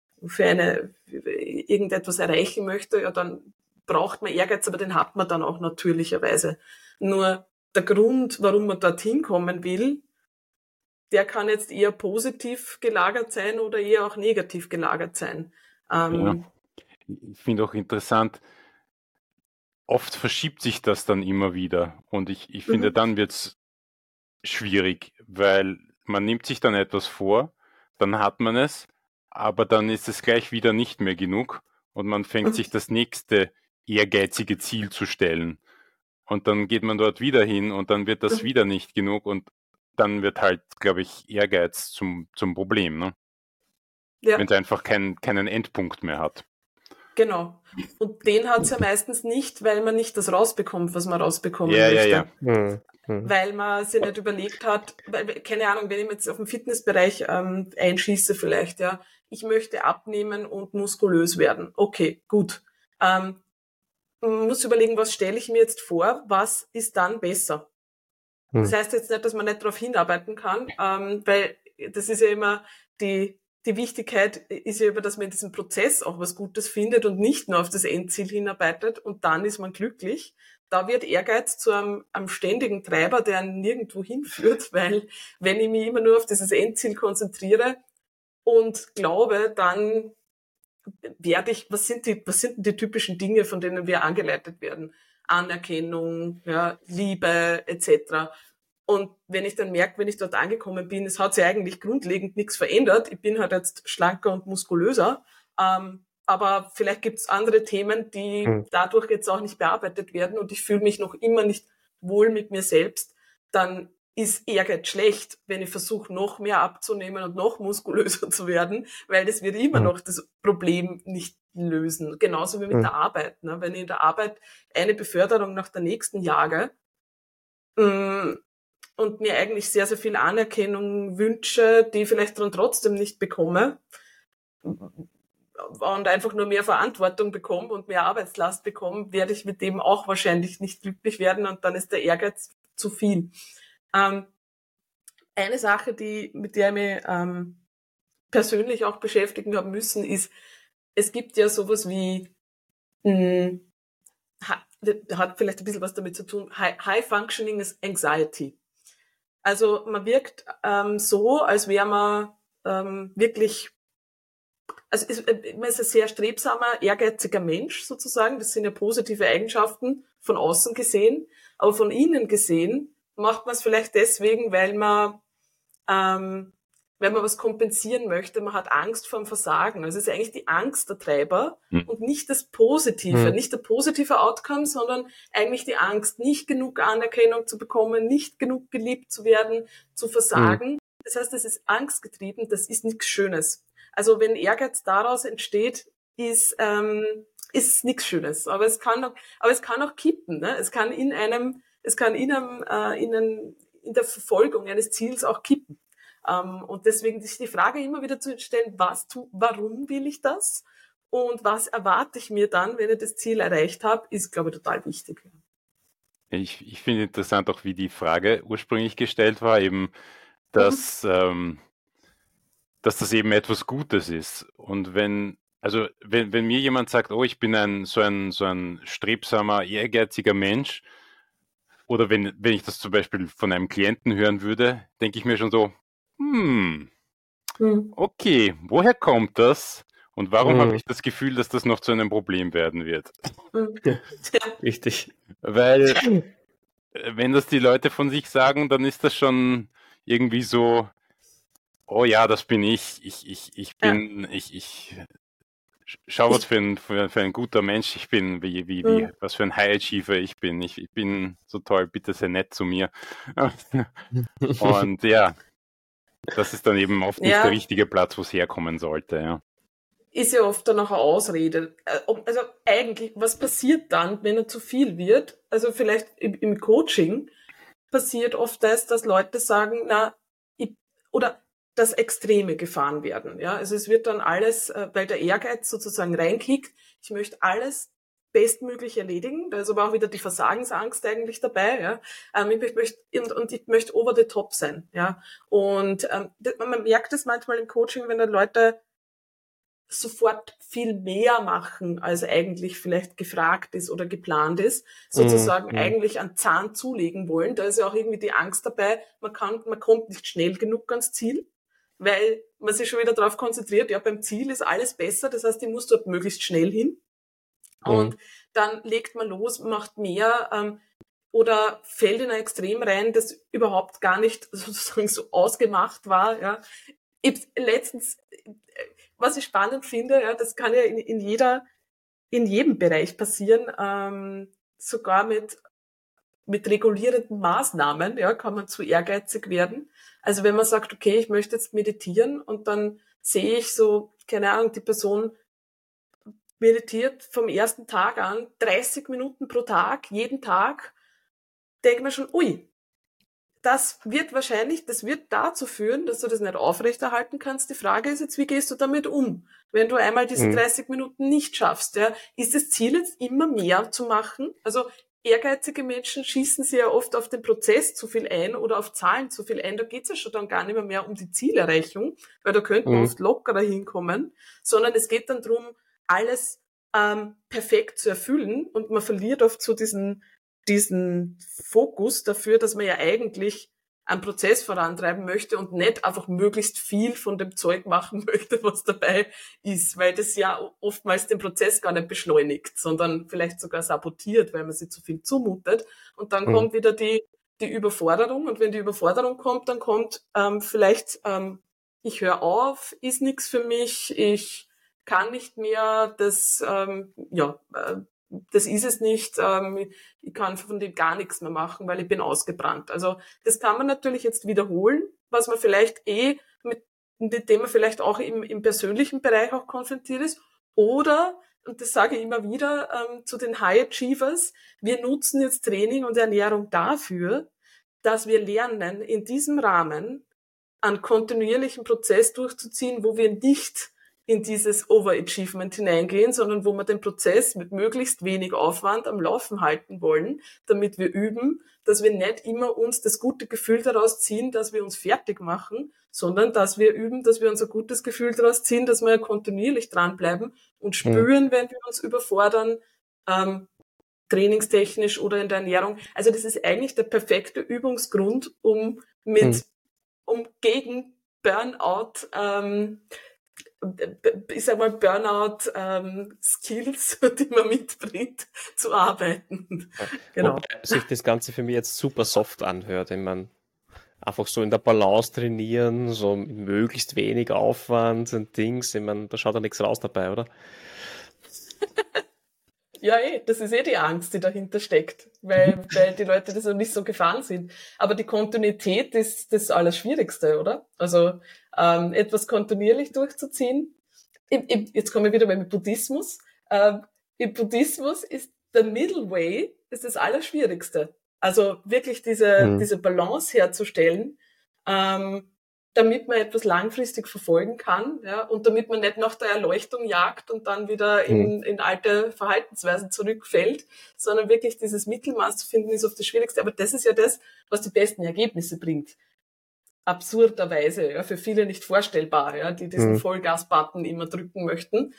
irgendetwas erreichen möchte, ja, dann braucht man Ehrgeiz, aber den hat man dann auch natürlicherweise. Nur der Grund, warum man dorthin kommen will, der kann jetzt eher positiv gelagert sein oder eher auch negativ gelagert sein. Ich finde auch interessant, oft verschiebt sich das dann immer wieder und ich finde, dann wird es schwierig, weil man nimmt sich dann etwas vor, dann hat man es, aber dann ist es gleich wieder nicht mehr genug und man fängt sich das nächste ehrgeizige Ziel zu stellen und dann geht man dort wieder hin und dann wird das wieder nicht genug und dann wird halt, glaube ich, Ehrgeiz zum Problem, ne? Ja. Wenn es einfach keinen Endpunkt mehr hat. Genau. Und den hat es ja meistens nicht, weil man nicht das rausbekommt, was man rausbekommen möchte. Ja. Weil man sich nicht überlegt hat, keine Ahnung, wenn ich jetzt auf den Fitnessbereich einschieße vielleicht, ja, ich möchte abnehmen und muskulös werden. Okay, gut. Man muss überlegen, was stelle ich mir jetzt vor, was ist dann besser? Das heißt jetzt nicht, dass man nicht darauf hinarbeiten kann, weil das ist ja immer die Wichtigkeit ist ja über, dass man in diesem Prozess auch was Gutes findet und nicht nur auf das Endziel hinarbeitet und dann ist man glücklich. Da wird Ehrgeiz zu einem ständigen Treiber, der nirgendwo hinführt, weil wenn ich mich immer nur auf dieses Endziel konzentriere und glaube, dann werde ich, was sind denn die typischen Dinge, von denen wir angeleitet werden? Anerkennung, ja, Liebe etc. Und wenn ich dann merke, wenn ich dort angekommen bin, es hat sich eigentlich grundlegend nichts verändert. Ich bin halt jetzt schlanker und muskulöser. Aber vielleicht gibt es andere Themen, die dadurch jetzt auch nicht bearbeitet werden und ich fühle mich noch immer nicht wohl mit mir selbst. Dann ist Ehrgeiz schlecht, wenn ich versuche, noch mehr abzunehmen und noch muskulöser zu werden, weil das wird immer noch das Problem nicht lösen. Genauso wie mit der Arbeit. Ne? Wenn ich in der Arbeit eine Beförderung nach der nächsten jage, und mir eigentlich sehr, sehr viel Anerkennung wünsche, die ich vielleicht dann trotzdem nicht bekomme und einfach nur mehr Verantwortung bekomme und mehr Arbeitslast bekomme, werde ich mit dem auch wahrscheinlich nicht glücklich werden und dann ist der Ehrgeiz zu viel. Eine Sache, mit der ich mich persönlich auch beschäftigen habe müssen, ist, es gibt ja sowas wie hat vielleicht ein bisschen was damit zu tun, High Functioning Anxiety. Also man wirkt so, als wäre man wirklich, also man ist ein sehr strebsamer, ehrgeiziger Mensch sozusagen. Das sind ja positive Eigenschaften von außen gesehen. Aber von innen gesehen macht man es vielleicht deswegen, weil man wenn man was kompensieren möchte, man hat Angst vor dem Versagen. Also es ist eigentlich die Angst der Treiber und nicht das Positive, nicht der positive Outcome, sondern eigentlich die Angst, nicht genug Anerkennung zu bekommen, nicht genug geliebt zu werden, zu versagen. Das heißt, es ist angstgetrieben, das ist nichts Schönes. Also wenn Ehrgeiz daraus entsteht, ist nichts Schönes. Aber es kann auch kippen. Ne? Es kann in der Verfolgung eines Ziels auch kippen. Und deswegen sich die Frage immer wieder zu stellen, warum will ich das? Und was erwarte ich mir dann, wenn ich das Ziel erreicht habe, ist, glaube ich, total wichtig. Ich finde interessant auch, wie die Frage ursprünglich gestellt war, eben, dass das eben etwas Gutes ist. Und wenn mir jemand sagt, oh, ich bin so ein strebsamer, ehrgeiziger Mensch, oder wenn ich das zum Beispiel von einem Klienten hören würde, denke ich mir schon so, okay, woher kommt das? Und warum habe ich das Gefühl, dass das noch zu einem Problem werden wird? Richtig. Weil, wenn das die Leute von sich sagen, dann ist das schon irgendwie so, oh ja, das bin ich. Schau, was für ein guter Mensch ich bin, was für ein High Achiever ich bin. Ich bin so toll, bitte sei nett zu mir. Und ja, das ist dann eben oft nicht der richtige Platz, wo es herkommen sollte. Ja. Ist ja oft dann auch eine Ausrede. Also eigentlich, was passiert dann, wenn er zu viel wird? Also vielleicht im Coaching passiert oft das, dass Leute sagen, oder dass Extreme gefahren werden. Ja, also es wird dann alles, weil der Ehrgeiz sozusagen reinkickt. Ich möchte alles bestmöglich erledigen. Da ist aber auch wieder die Versagensangst eigentlich dabei. Ja, ich möchte over the top sein. Ja, und man merkt es manchmal im Coaching, wenn dann Leute sofort viel mehr machen, als eigentlich vielleicht gefragt ist oder geplant ist, sozusagen eigentlich einen Zahn zulegen wollen. Da ist ja auch irgendwie die Angst dabei, man kommt nicht schnell genug ans Ziel, weil man sich schon wieder darauf konzentriert, ja, beim Ziel ist alles besser, das heißt, ich muss dort möglichst schnell hin. Und dann legt man los, macht mehr, oder fällt in ein Extrem rein, das überhaupt gar nicht sozusagen so ausgemacht war, ja. Letztens, was ich spannend finde, ja, das kann ja in jedem Bereich passieren, sogar mit regulierenden Maßnahmen, ja, kann man zu ehrgeizig werden. Also wenn man sagt, okay, ich möchte jetzt meditieren und dann sehe ich so, keine Ahnung, die Person meditiert vom ersten Tag an 30 Minuten pro Tag, jeden Tag, denkt man schon, ui, das wird dazu führen, dass du das nicht aufrechterhalten kannst. Die Frage ist jetzt, wie gehst du damit um? Wenn du einmal diese 30 Minuten nicht schaffst, ja, ist das Ziel jetzt immer mehr zu machen? Also ehrgeizige Menschen schießen sich ja oft auf den Prozess zu viel ein oder auf Zahlen zu viel ein. Da geht's ja schon dann gar nicht mehr um die Zielerreichung, weil da könnte man oft lockerer hinkommen, sondern es geht dann darum, alles perfekt zu erfüllen und man verliert oft so diesen Fokus dafür, dass man ja eigentlich einen Prozess vorantreiben möchte und nicht einfach möglichst viel von dem Zeug machen möchte, was dabei ist, weil das ja oftmals den Prozess gar nicht beschleunigt, sondern vielleicht sogar sabotiert, weil man sich zu viel zumutet. Und dann kommt wieder die Überforderung, und wenn die Überforderung kommt, dann kommt vielleicht, ich höre auf, ist nichts für mich, ich kann nicht mehr, das ist es nicht, ich kann von dem gar nichts mehr machen, weil ich bin ausgebrannt. Also das kann man natürlich jetzt wiederholen, was man vielleicht mit dem man vielleicht auch im persönlichen Bereich auch konfrontiert ist. Oder, und das sage ich immer wieder, zu den High Achievers, wir nutzen jetzt Training und Ernährung dafür, dass wir lernen, in diesem Rahmen einen kontinuierlichen Prozess durchzuziehen, wo wir nicht in dieses Overachievement hineingehen, sondern wo wir den Prozess mit möglichst wenig Aufwand am Laufen halten wollen, damit wir üben, dass wir nicht immer uns das gute Gefühl daraus ziehen, dass wir uns fertig machen, sondern dass wir üben, dass wir uns ein gutes Gefühl daraus ziehen, dass wir kontinuierlich dranbleiben und spüren, wenn wir uns überfordern, trainingstechnisch oder in der Ernährung. Also das ist eigentlich der perfekte Übungsgrund, um gegen Burnout, ich sag mal, Burnout-Skills, die man mitbringt, zu arbeiten. Genau. Wobei sich das Ganze für mich jetzt super soft anhört. Ich meine, einfach so in der Balance trainieren, so mit möglichst wenig Aufwand und Dings. Ich meine, da schaut ja nichts raus dabei, oder? Ja, das ist die Angst, die dahinter steckt, weil die Leute das noch nicht so gefahren sind. Aber die Kontinuität ist das Allerschwierigste, oder? Also etwas kontinuierlich durchzuziehen. Jetzt komme ich wieder mal mit Buddhismus. Im Buddhismus ist der Middle Way ist das Allerschwierigste. Also wirklich diese Balance herzustellen, damit man etwas langfristig verfolgen kann, ja, und damit man nicht nach der Erleuchtung jagt und dann wieder in alte Verhaltensweisen zurückfällt, sondern wirklich dieses Mittelmaß zu finden, ist oft das Schwierigste. Aber das ist ja das, was die besten Ergebnisse bringt. Absurderweise, ja, für viele nicht vorstellbar, ja, die diesen Vollgas-Button immer drücken möchten.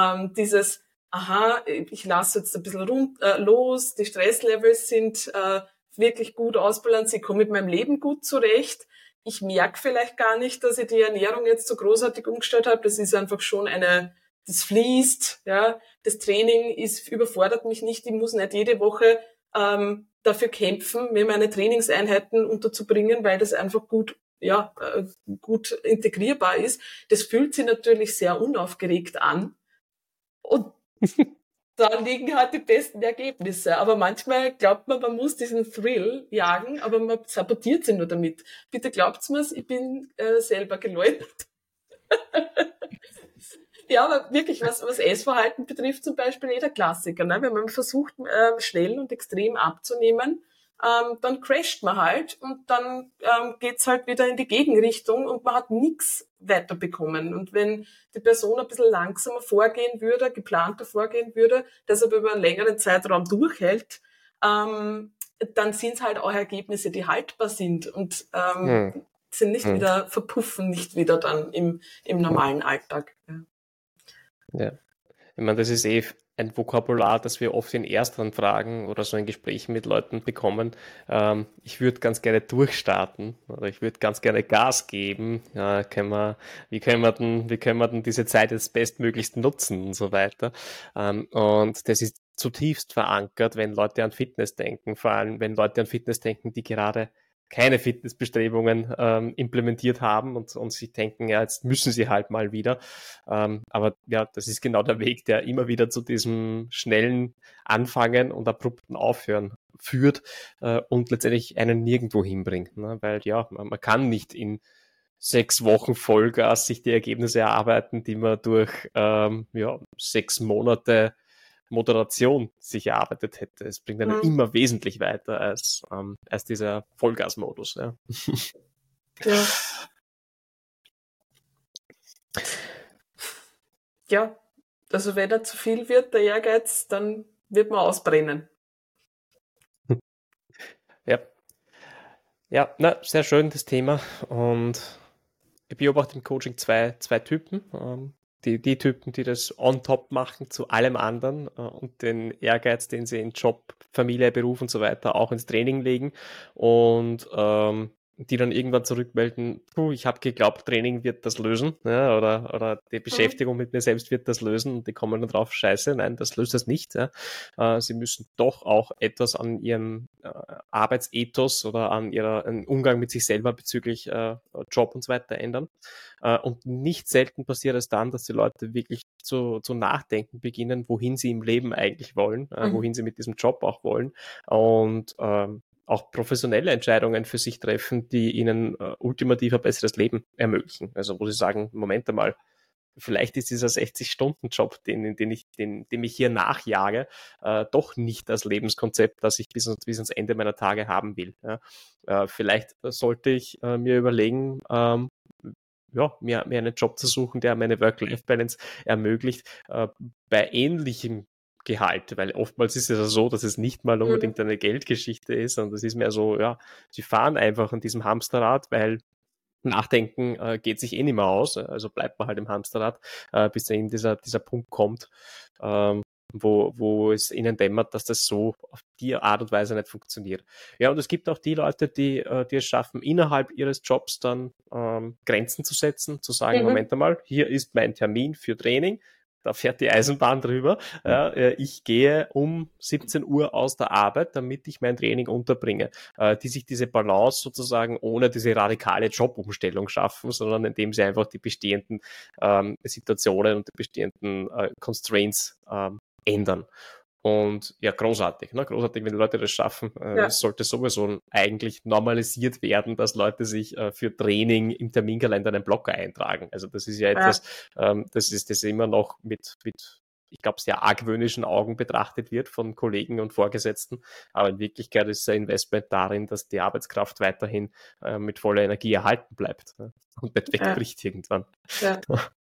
Ich lasse jetzt ein bisschen los, die Stresslevels sind wirklich gut ausbalanciert, ich komme mit meinem Leben gut zurecht. Ich merke vielleicht gar nicht, dass ich die Ernährung jetzt so großartig umgestellt habe. Das ist einfach schon das fließt, ja. Das Training überfordert mich nicht. Ich muss nicht jede Woche dafür kämpfen, mir meine Trainingseinheiten unterzubringen, weil das einfach gut integrierbar ist. Das fühlt sich natürlich sehr unaufgeregt an. Und da liegen halt die besten Ergebnisse. Aber manchmal glaubt man muss diesen Thrill jagen, aber man sabotiert sie nur damit. Bitte glaubt's mir's, ich bin selber geläutert. Ja, aber wirklich, was Essverhalten betrifft, zum Beispiel der Klassiker. Ne? Wenn man versucht, schnell und extrem abzunehmen, dann crasht man halt und dann geht's halt wieder in die Gegenrichtung und man hat nichts weiterbekommen. Und wenn die Person ein bisschen langsamer vorgehen würde, geplanter vorgehen würde, das aber über einen längeren Zeitraum durchhält, dann sind es halt auch Ergebnisse, die haltbar sind und sind nicht wieder, verpuffen nicht wieder dann im normalen Alltag. Ja. Ich meine, das ist ein Vokabular, das wir oft in Erstanfragen oder so in Gesprächen mit Leuten bekommen. Ich würde ganz gerne durchstarten oder ich würde ganz gerne Gas geben. Ja, wie können wir denn diese Zeit jetzt bestmöglichst nutzen und so weiter. Und das ist zutiefst verankert, wenn Leute an Fitness denken, vor allem wenn Leute an Fitness denken, die gerade keine Fitnessbestrebungen implementiert haben und sich denken, ja, jetzt müssen sie halt mal wieder. Aber ja, das ist genau der Weg, der immer wieder zu diesem schnellen Anfangen und abrupten Aufhören führt und letztendlich einen nirgendwo hinbringt. Ne? Weil ja, man kann nicht in 6 Wochen Vollgas sich die Ergebnisse erarbeiten, die man durch 6 Monate Moderation sich erarbeitet hätte. Es bringt einen immer wesentlich weiter als dieser Vollgasmodus. Ja. Ja. Ja, also wenn er zu viel wird, der Ehrgeiz, dann wird man ausbrennen. Ja, sehr schön das Thema und ich beobachte im Coaching zwei Typen. Die Typen, die das on top machen zu allem anderen und den Ehrgeiz, den sie in Job, Familie, Beruf und so weiter auch ins Training legen und die dann irgendwann zurückmelden, ich habe geglaubt, Training wird das lösen, ja, oder die Beschäftigung mit mir selbst wird das lösen und die kommen dann drauf, scheiße, nein, das löst das nicht. Ja. Sie müssen doch auch etwas an ihrem Arbeitsethos oder an ihrem Umgang mit sich selber bezüglich Job und so weiter ändern. Und nicht selten passiert es dann, dass die Leute wirklich zu nachdenken beginnen, wohin sie im Leben eigentlich wollen, wohin sie mit diesem Job auch wollen und auch professionelle Entscheidungen für sich treffen, die ihnen ultimativ ein besseres Leben ermöglichen. Also wo sie sagen, Moment einmal, vielleicht ist dieser 60-Stunden-Job, dem ich hier nachjage, doch nicht das Lebenskonzept, das ich bis ans Ende meiner Tage haben will. Ja. Vielleicht sollte ich mir überlegen, mir einen Job zu suchen, der meine Work-Life-Balance ermöglicht, bei ähnlichem Gehalt, weil oftmals ist es ja so, dass es nicht mal unbedingt eine Geldgeschichte ist, sondern es ist mehr so, ja, sie fahren einfach an diesem Hamsterrad, weil Nachdenken geht sich nicht mehr aus, also bleibt man halt im Hamsterrad, bis da eben dieser Punkt kommt, wo es ihnen dämmert, dass das so auf die Art und Weise nicht funktioniert. Ja, und es gibt auch die Leute, die es schaffen, innerhalb ihres Jobs dann Grenzen zu setzen, zu sagen, Moment einmal, hier ist mein Termin für Training, da fährt die Eisenbahn drüber. Ja, ich gehe um 17 Uhr aus der Arbeit, damit ich mein Training unterbringe. Die sich diese Balance sozusagen ohne diese radikale Jobumstellung schaffen, sondern indem sie einfach die bestehenden Situationen und die bestehenden Constraints ändern. Und ja, großartig, ne? Großartig, wenn die Leute das schaffen. Es sollte sowieso eigentlich normalisiert werden, dass Leute sich für Training im Terminkalender einen Blocker eintragen. Also das ist ja etwas, das immer noch mit ich glaube, sehr argwöhnischen Augen betrachtet wird von Kollegen und Vorgesetzten. Aber in Wirklichkeit ist ein Investment darin, dass die Arbeitskraft weiterhin mit voller Energie erhalten bleibt, ne? Und nicht wegbricht irgendwann. Ja,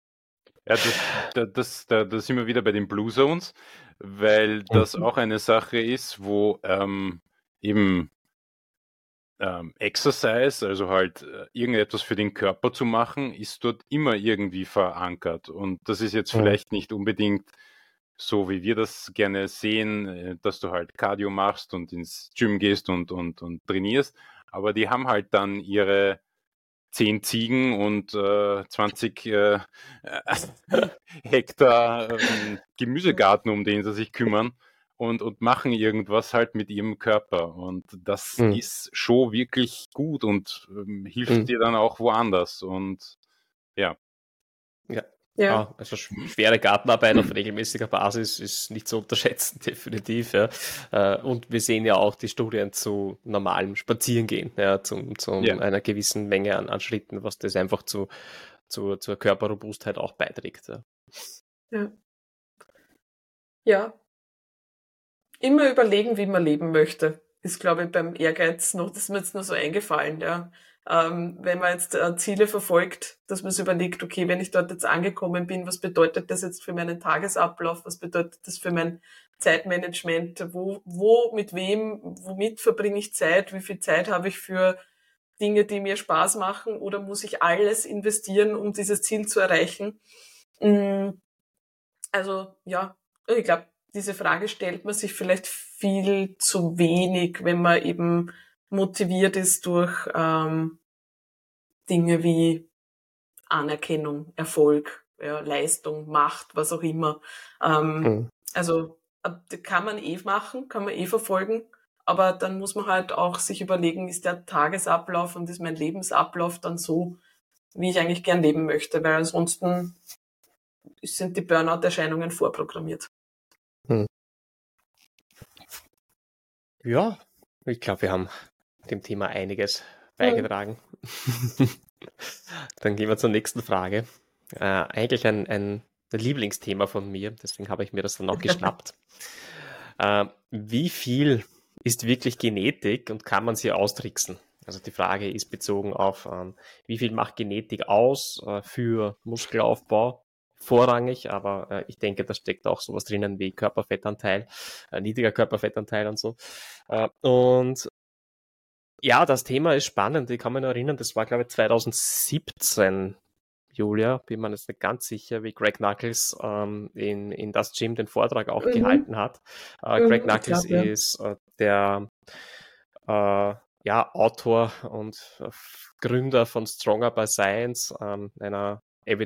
da sind wir wieder bei den Blue Zones, weil das auch eine Sache ist, wo eben Exercise, also halt irgendetwas für den Körper zu machen, ist dort immer irgendwie verankert. Und das ist jetzt vielleicht nicht unbedingt so, wie wir das gerne sehen, dass du halt Cardio machst und ins Gym gehst und trainierst, aber die haben halt dann ihre 10 Ziegen und 20 Hektar Gemüsegarten, um den sie sich kümmern und machen irgendwas halt mit ihrem Körper. Und das ist schon wirklich gut und hilft dir dann auch woanders. Und ja. Ja, also schwere Gartenarbeit auf regelmäßiger Basis ist nicht zu unterschätzen, definitiv. Ja. Und wir sehen ja auch die Studien zu normalem Spazierengehen, ja, zu einer gewissen Menge an Schritten, was das einfach zur Körperrobustheit auch beiträgt. Ja. Immer überlegen, wie man leben möchte, ist, glaube ich, beim Ehrgeiz noch, das ist mir jetzt nur so eingefallen, ja. Wenn man jetzt Ziele verfolgt, dass man sich überlegt, okay, wenn ich dort jetzt angekommen bin, was bedeutet das jetzt für meinen Tagesablauf, was bedeutet das für mein Zeitmanagement, mit wem, womit verbringe ich Zeit, wie viel Zeit habe ich für Dinge, die mir Spaß machen, oder muss ich alles investieren, um dieses Ziel zu erreichen? Also ja, ich glaube, diese Frage stellt man sich vielleicht viel zu wenig, wenn man eben motiviert ist durch Dinge wie Anerkennung, Erfolg, Leistung, Macht, was auch immer. Also kann man machen, kann man verfolgen, aber dann muss man halt auch sich überlegen, ist der Tagesablauf und ist mein Lebensablauf dann so, wie ich eigentlich gern leben möchte, weil ansonsten sind die Burnout-Erscheinungen vorprogrammiert. Ja, ich glaube, wir haben dem Thema einiges beigetragen. Dann gehen wir zur nächsten Frage. Eigentlich ein Lieblingsthema von mir, deswegen habe ich mir das dann auch geschnappt. Wie viel ist wirklich Genetik und kann man sie austricksen? Also die Frage ist bezogen auf, wie viel macht Genetik aus für Muskelaufbau? Vorrangig, aber ich denke, da steckt auch sowas drinnen wie Körperfettanteil, niedriger Körperfettanteil und so. Und ja, das Thema ist spannend. Ich kann mich noch erinnern, das war, glaube ich, 2017, Julia, bin mir jetzt nicht ganz sicher, wie Greg Nuckols in das Gym den Vortrag auch gehalten hat. Greg Nuckols ist der Autor und Gründer von Stronger by Science, ein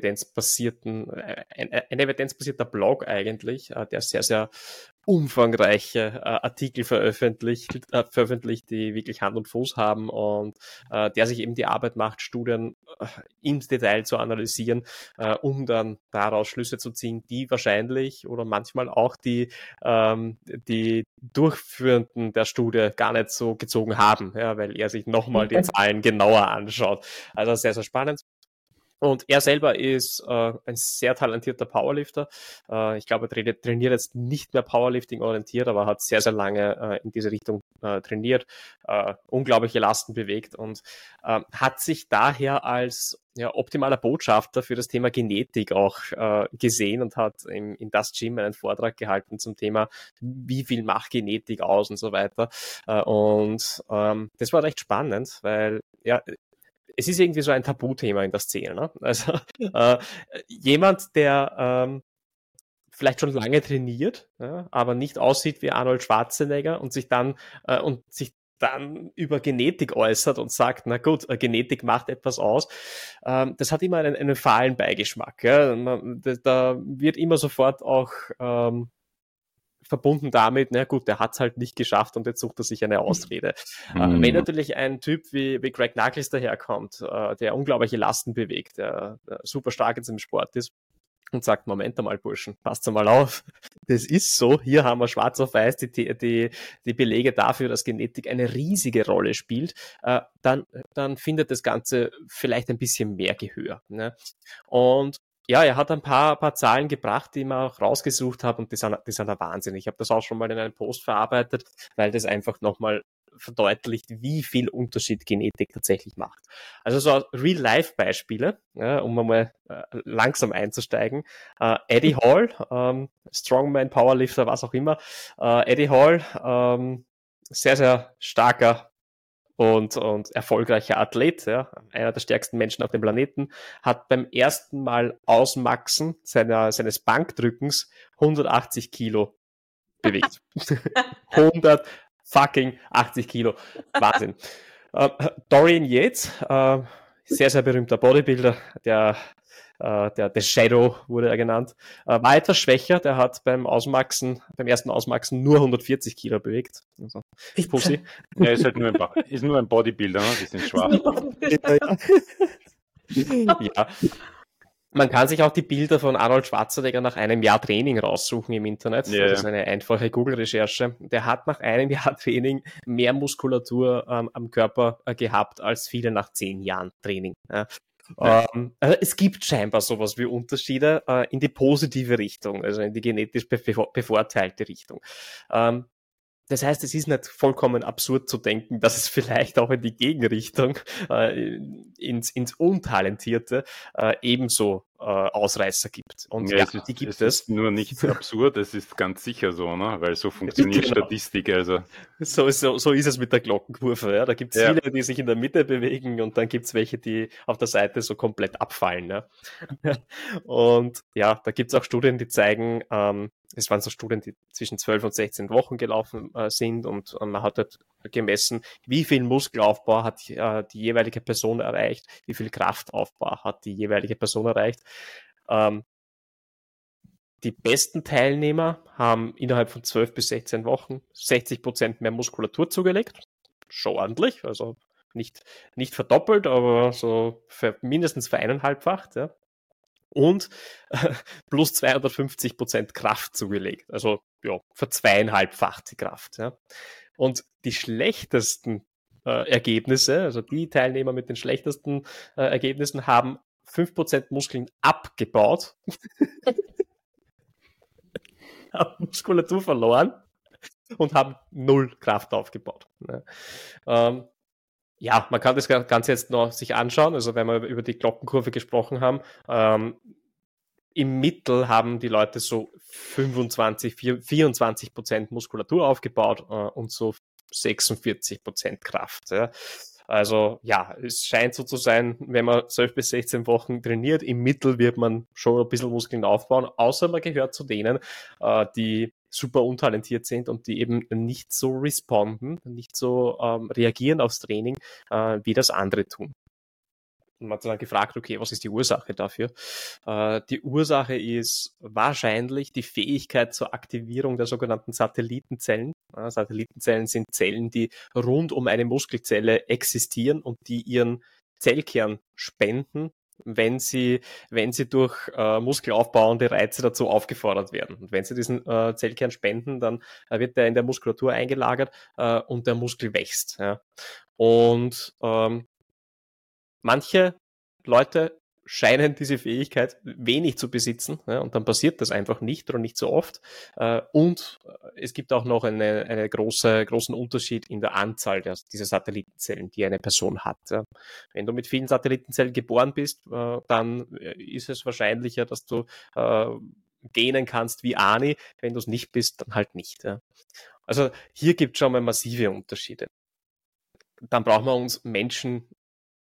evidenzbasierter Blog eigentlich, der sehr, sehr umfangreiche Artikel veröffentlicht, die wirklich Hand und Fuß haben und der sich eben die Arbeit macht, Studien ins Detail zu analysieren, um dann daraus Schlüsse zu ziehen, die wahrscheinlich oder manchmal auch die Durchführenden der Studie gar nicht so gezogen haben, ja, weil er sich nochmal die Zahlen genauer anschaut. Also sehr, sehr spannend. Und er selber ist ein sehr talentierter Powerlifter. Ich glaube, er trainiert jetzt nicht mehr Powerlifting orientiert, aber hat sehr, sehr lange in diese Richtung trainiert, unglaubliche Lasten bewegt und hat sich daher als optimaler Botschafter für das Thema Genetik auch gesehen und hat in das Gym einen Vortrag gehalten zum Thema, wie viel macht Genetik aus und so weiter. Und das war recht spannend, weil es ist irgendwie so ein Tabuthema in der Szene. Ne? Also jemand, der vielleicht schon lange trainiert, aber nicht aussieht wie Arnold Schwarzenegger und sich dann dann über Genetik äußert und sagt, na gut, Genetik macht etwas aus, das hat immer einen fahlen Beigeschmack. Ja? Da wird immer sofort auch verbunden damit, na gut, der hat's halt nicht geschafft und jetzt sucht er sich eine Ausrede. Wenn natürlich ein Typ wie Greg Nuggles daherkommt, der unglaubliche Lasten bewegt, der super stark in seinem Sport ist, und sagt, Moment einmal, Burschen, passt mal auf. Das ist so. Hier haben wir schwarz auf weiß die Belege dafür, dass Genetik eine riesige Rolle spielt. Dann findet das Ganze vielleicht ein bisschen mehr Gehör. Ne? Und ja, er hat ein paar Zahlen gebracht, die ich mir auch rausgesucht habe, und die sind der Wahnsinn. Ich habe das auch schon mal in einem Post verarbeitet, weil das einfach nochmal verdeutlicht, wie viel Unterschied Genetik tatsächlich macht. Also so Real-Life-Beispiele, ja, um mal langsam einzusteigen. Eddie Hall, Strongman, Powerlifter, was auch immer. Eddie Hall, sehr, sehr starker und erfolgreicher Athlet, ja, einer der stärksten Menschen auf dem Planeten, hat beim ersten Mal Ausmaxen seines Bankdrückens 180 Kilo bewegt. 100 fucking 80 Kilo. Wahnsinn. Dorian Yates, sehr, sehr berühmter Bodybuilder, der Shadow wurde er genannt, war etwas schwächer, der hat beim ersten Ausmaxen nur 140 Kilo bewegt. Also, Pussy. Ja, ist halt nur ein Bodybuilder, ne? Die sind schwach. Ja. Man kann sich auch die Bilder von Arnold Schwarzenegger nach einem Jahr Training raussuchen im Internet. Ja. Das ist eine einfache Google-Recherche. Der hat nach einem Jahr Training mehr Muskulatur am Körper gehabt als viele nach 10 Jahren Training. Ja. Also es gibt scheinbar sowas wie Unterschiede in die positive Richtung, also in die genetisch bevorteilte Richtung. Das heißt, es ist nicht vollkommen absurd zu denken, dass es vielleicht auch in die Gegenrichtung, ins Untalentierte, ebenso Ausreißer gibt. Und ja, die gibt es. Es ist nur nicht absurd, es ist ganz sicher so, ne? Weil so funktioniert genau. Statistik. Also. So ist es mit der Glockenkurve. Ja? Da gibt es viele, die sich in der Mitte bewegen, und dann gibt es welche, die auf der Seite so komplett abfallen. Ja? Und ja, da gibt es auch Studien, die zeigen, es waren so Studien, die zwischen 12 und 16 Wochen gelaufen sind, und man hat halt gemessen, wie viel Muskelaufbau hat die jeweilige Person erreicht, wie viel Kraftaufbau hat die jeweilige Person erreicht. Die besten Teilnehmer haben innerhalb von 12 bis 16 Wochen 60% mehr Muskulatur zugelegt. Schon ordentlich, also nicht verdoppelt, aber so mindestens vereineinhalbfacht, ja. Und plus 250% Kraft zugelegt. Also ja, verzweieinhalbfacht die Kraft. Ja. Und die schlechtesten Ergebnisse, also die Teilnehmer mit den schlechtesten Ergebnissen, haben 5% Muskeln abgebaut, haben Muskulatur verloren und haben 0 Kraft aufgebaut. Ja. Ja, man kann das Ganze jetzt noch sich anschauen, also wenn wir über die Glockenkurve gesprochen haben, im Mittel haben die Leute so 24% Muskulatur aufgebaut und so 46% Kraft. Ja. Also ja, es scheint so zu sein, wenn man 12 bis 16 Wochen trainiert, im Mittel wird man schon ein bisschen Muskeln aufbauen, außer man gehört zu denen, die super untalentiert sind und die eben nicht so responden, nicht so reagieren aufs Training, wie das andere tun. Und man hat dann gefragt, okay, was ist die Ursache dafür? Die Ursache ist wahrscheinlich die Fähigkeit zur Aktivierung der sogenannten Satellitenzellen. Satellitenzellen sind Zellen, die rund um eine Muskelzelle existieren und die ihren Zellkern spenden, wenn sie durch muskelaufbauende Reize dazu aufgefordert werden. Und wenn sie diesen Zellkern spenden, dann wird der in der Muskulatur eingelagert und der Muskel wächst. Ja. Und manche Leute scheinen diese Fähigkeit wenig zu besitzen, ja, und dann passiert das einfach nicht oder nicht so oft. Und es gibt auch noch einen großen Unterschied in der Anzahl dieser Satellitenzellen, die eine Person hat. Ja. Wenn du mit vielen Satellitenzellen geboren bist, dann ist es wahrscheinlicher, dass du gähnen kannst wie Ani. Wenn du es nicht bist, dann halt nicht. Ja. Also hier gibt es schon mal massive Unterschiede. Dann brauchen wir uns Menschen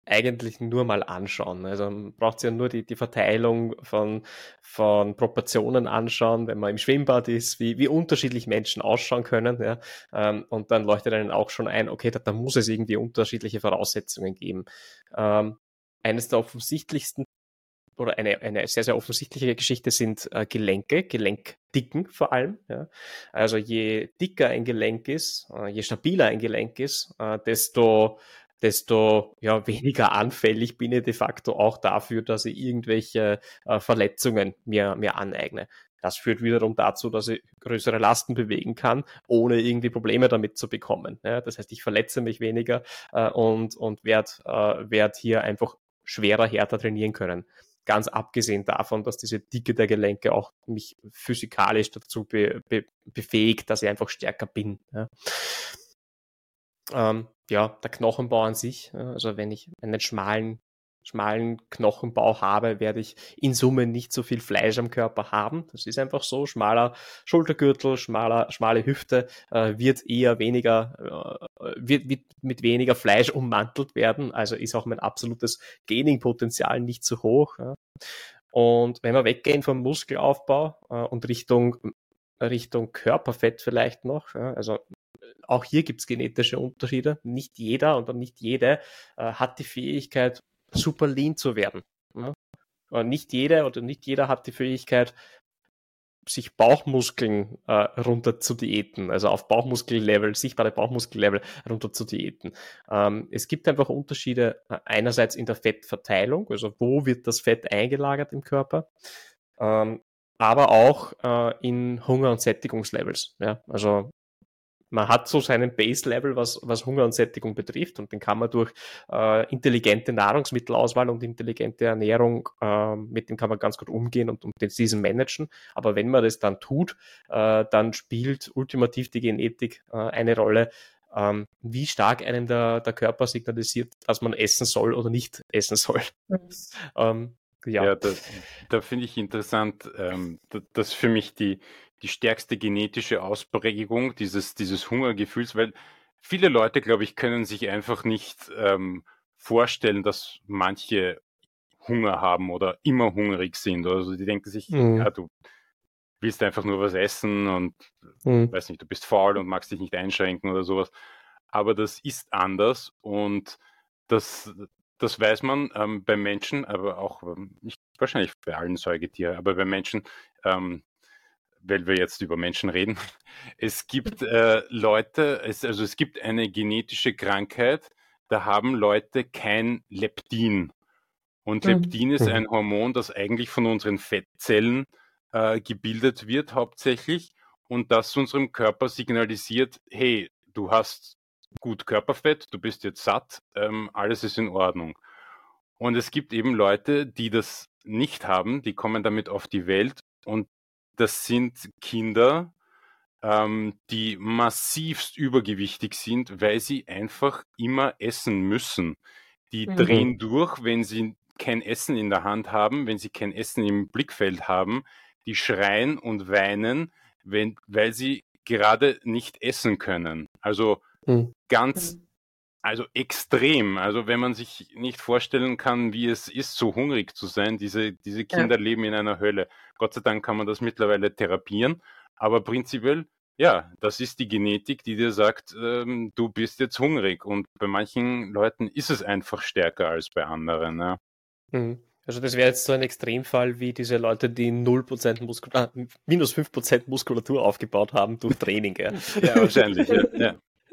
eigentlich nur mal anschauen. Also man braucht ja nur die Verteilung von Proportionen anschauen, wenn man im Schwimmbad ist, wie unterschiedlich Menschen ausschauen können. Ja? Und dann leuchtet einem auch schon ein, okay, da muss es irgendwie unterschiedliche Voraussetzungen geben. Eines der offensichtlichsten oder eine sehr, sehr offensichtliche Geschichte sind Gelenkdicken vor allem. Ja. Also je dicker ein Gelenk ist, je stabiler ein Gelenk ist, desto weniger anfällig bin ich de facto auch dafür, dass ich irgendwelche Verletzungen mir aneigne. Das führt wiederum dazu, dass ich größere Lasten bewegen kann, ohne irgendwie Probleme damit zu bekommen. Ja, das heißt, ich verletze mich weniger und werd hier einfach schwerer, härter trainieren können. Ganz abgesehen davon, dass diese Dicke der Gelenke auch mich physikalisch dazu befähigt, dass ich einfach stärker bin. Der Knochenbau an sich, also wenn ich einen schmalen Knochenbau habe, werde ich in Summe nicht so viel Fleisch am Körper haben. Das ist einfach so. Schmaler Schultergürtel, schmale Hüfte wird mit weniger Fleisch ummantelt werden. Also ist auch mein absolutes Gainingpotenzial nicht so hoch. Ja. Und wenn wir weggehen vom Muskelaufbau und Richtung Körperfett vielleicht noch, ja, also auch hier gibt es genetische Unterschiede. Nicht jeder und nicht jede hat die Fähigkeit, super lean zu werden. Ja? Und nicht jede oder nicht jeder hat die Fähigkeit, sich Bauchmuskeln runter zu diäten, also auf Bauchmuskellevel, sichtbare Bauchmuskellevel runter zu diäten. Es gibt einfach Unterschiede einerseits in der Fettverteilung, also wo wird das Fett eingelagert im Körper, aber auch in Hunger- und Sättigungslevels. Ja? Also man hat so seinen Base-Level, was Hunger und Sättigung betrifft, und den kann man durch intelligente Nahrungsmittelauswahl und intelligente Ernährung, mit dem kann man ganz gut umgehen und diesen managen. Aber wenn man das dann tut, dann spielt ultimativ die Genetik eine Rolle, wie stark einem der Körper signalisiert, dass man essen soll oder nicht essen soll. Ja, da finde ich interessant, dass für mich die stärkste genetische Ausprägung dieses Hungergefühls, weil viele Leute, glaube ich, können sich einfach nicht vorstellen, dass manche Hunger haben oder immer hungrig sind. Also die denken sich, ja, du willst einfach nur was essen und weiß nicht, du bist faul und magst dich nicht einschränken oder sowas. Aber das ist anders und das weiß man bei Menschen, aber auch nicht wahrscheinlich bei allen Säugetieren, aber bei Menschen, weil wir jetzt über Menschen reden. Es gibt Leute, es gibt eine genetische Krankheit, da haben Leute kein Leptin. Und Leptin ist ein Hormon, das eigentlich von unseren Fettzellen gebildet wird hauptsächlich und das unserem Körper signalisiert, hey, du hast gut Körperfett, du bist jetzt satt, alles ist in Ordnung. Und es gibt eben Leute, die das nicht haben, die kommen damit auf die Welt und das sind Kinder, die massivst übergewichtig sind, weil sie einfach immer essen müssen. Die drehen durch, wenn sie kein Essen in der Hand haben, wenn sie kein Essen im Blickfeld haben. Die schreien und weinen, weil sie gerade nicht essen können. Also also extrem. Also wenn man sich nicht vorstellen kann, wie es ist, so hungrig zu sein, diese Kinder leben in einer Hölle. Gott sei Dank kann man das mittlerweile therapieren, aber prinzipiell, ja, das ist die Genetik, die dir sagt, du bist jetzt hungrig. Und bei manchen Leuten ist es einfach stärker als bei anderen. Ja. Also das wäre jetzt so ein Extremfall wie diese Leute, die 0% minus 5% Muskulatur aufgebaut haben durch Training. Ja, ja wahrscheinlich. Ja.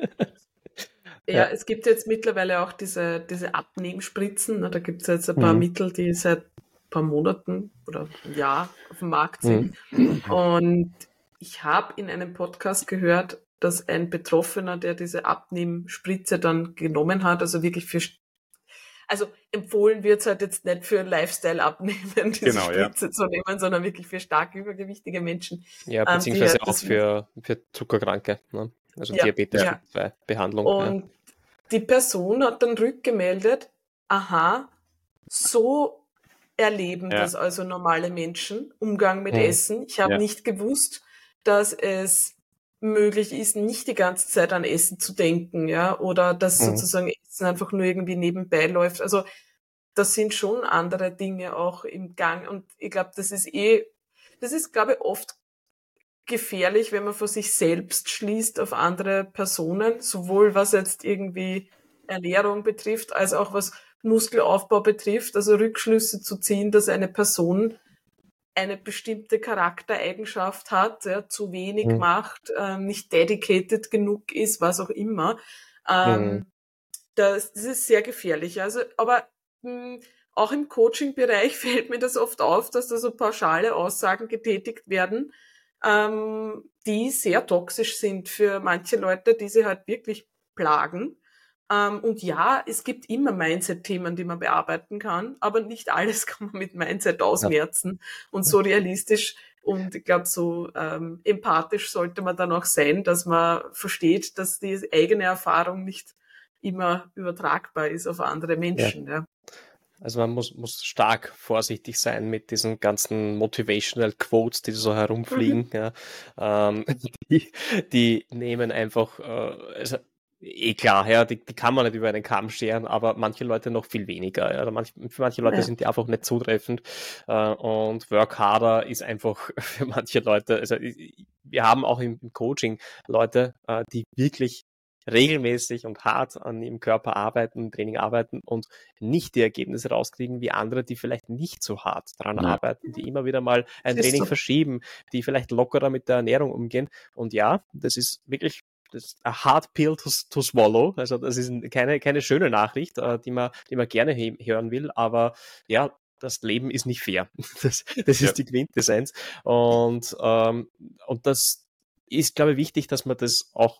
Ja, es gibt jetzt mittlerweile auch diese Abnehmspritzen. Da gibt es jetzt ein paar Mittel, die seit ein paar Monaten oder ein Jahr auf dem Markt sind. Und ich habe in einem Podcast gehört, dass ein Betroffener, der diese Abnehmspritze dann genommen hat, also wirklich also empfohlen wird es halt jetzt nicht für Lifestyle abnehmen, diese Spritze zu nehmen, sondern wirklich für stark übergewichtige Menschen. Ja, beziehungsweise auch für Zuckerkranke, ne? Also Diabetes-Behandlung. Und die Person hat dann rückgemeldet, aha, so erleben das also normale Menschen, Umgang mit Essen. Ich habe nicht gewusst, dass es möglich ist, nicht die ganze Zeit an Essen zu denken, ja, oder dass sozusagen Essen einfach nur irgendwie nebenbei läuft. Also das sind schon andere Dinge auch im Gang und ich glaube, das ist, glaube ich, oft gefährlich, wenn man vor sich selbst schließt auf andere Personen, sowohl was jetzt irgendwie Ernährung betrifft, als auch was Muskelaufbau betrifft, also Rückschlüsse zu ziehen, dass eine Person eine bestimmte Charaktereigenschaft hat, ja, zu wenig macht, nicht dedicated genug ist, was auch immer. Das ist sehr gefährlich. Also, aber auch im Coaching-Bereich fällt mir das oft auf, dass da so pauschale Aussagen getätigt werden, die sehr toxisch sind für manche Leute, die sie halt wirklich plagen. Und ja, es gibt immer Mindset-Themen, die man bearbeiten kann, aber nicht alles kann man mit Mindset ausmerzen. Und so realistisch und ich glaube, so empathisch sollte man dann auch sein, dass man versteht, dass die eigene Erfahrung nicht immer übertragbar ist auf andere Menschen. Ja. Also man muss stark vorsichtig sein mit diesen ganzen Motivational Quotes, die so herumfliegen. Ja. Die nehmen einfach, also klar, ja, die kann man nicht über einen Kamm scheren, aber manche Leute noch viel weniger. Ja. Für manche Leute sind die einfach nicht zutreffend. Und Work Harder ist einfach für manche Leute, also wir haben auch im Coaching Leute, die wirklich regelmäßig und hart an ihrem Körper arbeiten, Training arbeiten und nicht die Ergebnisse rauskriegen wie andere, die vielleicht nicht so hart dran arbeiten, die immer wieder mal ein Training verschieben, die vielleicht lockerer mit der Ernährung umgehen. Und ja, das ist wirklich a hard pill to swallow. Also das ist keine schöne Nachricht, die man gerne hören will, aber ja, das Leben ist nicht fair. Das ist die Quintessenz. Und das ist, glaube ich, wichtig, dass man das auch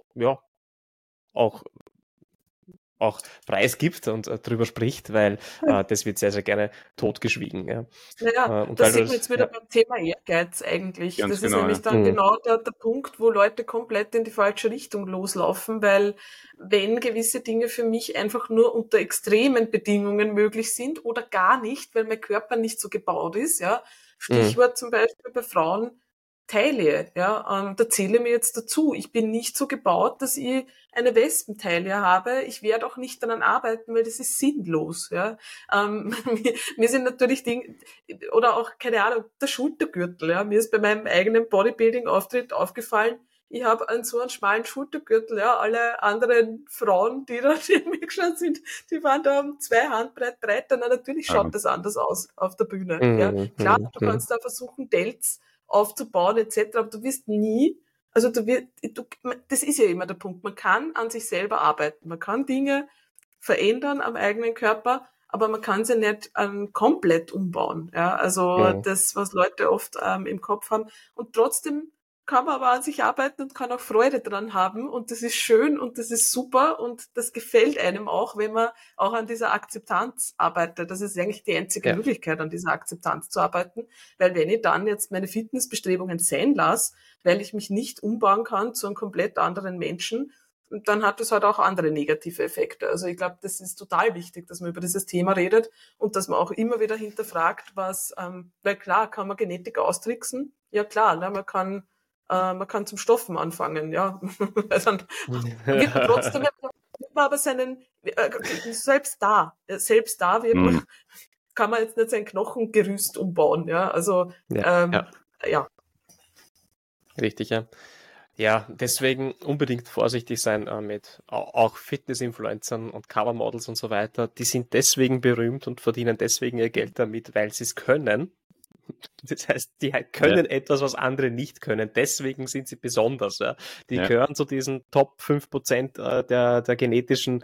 preisgibt und drüber spricht, weil das wird sehr, sehr gerne totgeschwiegen. Ja. Naja, da sieht man jetzt wieder beim Thema Ehrgeiz eigentlich. Ganz das genau, ist nämlich dann genau der Punkt, wo Leute komplett in die falsche Richtung loslaufen, weil wenn gewisse Dinge für mich einfach nur unter extremen Bedingungen möglich sind oder gar nicht, weil mein Körper nicht so gebaut ist, ja, Stichwort zum Beispiel bei Frauen Taille, ja, da zähle ich mir jetzt dazu. Ich bin nicht so gebaut, dass ich eine Wespentaille habe. Ich werde auch nicht daran arbeiten, weil das ist sinnlos, ja. Mir sind natürlich Dinge, oder auch, keine Ahnung, der Schultergürtel, ja. Mir ist bei meinem eigenen Bodybuilding-Auftritt aufgefallen, ich habe so einen schmalen Schultergürtel, ja. Alle anderen Frauen, die da neben mir gestanden sind, die waren da um 2 Handbreit breiter. Na, natürlich schaut das anders aus auf der Bühne, ja. Klar, du kannst da versuchen, Delts aufzubauen etc., aber du wirst nie, also das ist ja immer der Punkt, man kann an sich selber arbeiten, man kann Dinge verändern am eigenen Körper, aber man kann sie nicht komplett umbauen, ja, also das, was Leute oft im Kopf haben und trotzdem kann man aber an sich arbeiten und kann auch Freude dran haben und das ist schön und das ist super und das gefällt einem auch, wenn man auch an dieser Akzeptanz arbeitet. Das ist eigentlich die einzige Möglichkeit, an dieser Akzeptanz zu arbeiten, weil wenn ich dann jetzt meine Fitnessbestrebungen sein lasse, weil ich mich nicht umbauen kann zu einem komplett anderen Menschen, dann hat das halt auch andere negative Effekte. Also ich glaube, das ist total wichtig, dass man über dieses Thema redet und dass man auch immer wieder hinterfragt, weil klar, kann man Genetik austricksen? Ja klar, ne, man kann zum Stoffen anfangen, ja. Dann wird man trotzdem wird man aber selbst da wird man, kann man jetzt nicht sein Knochengerüst umbauen, ja. Also ja. Richtig, ja. Ja, deswegen unbedingt vorsichtig sein mit auch Fitness-Influencern und Covermodels und so weiter. Die sind deswegen berühmt und verdienen deswegen ihr Geld damit, weil sie es können. Das heißt, die können etwas, was andere nicht können. Deswegen sind sie besonders. Ja. Die gehören zu diesen Top 5% der genetischen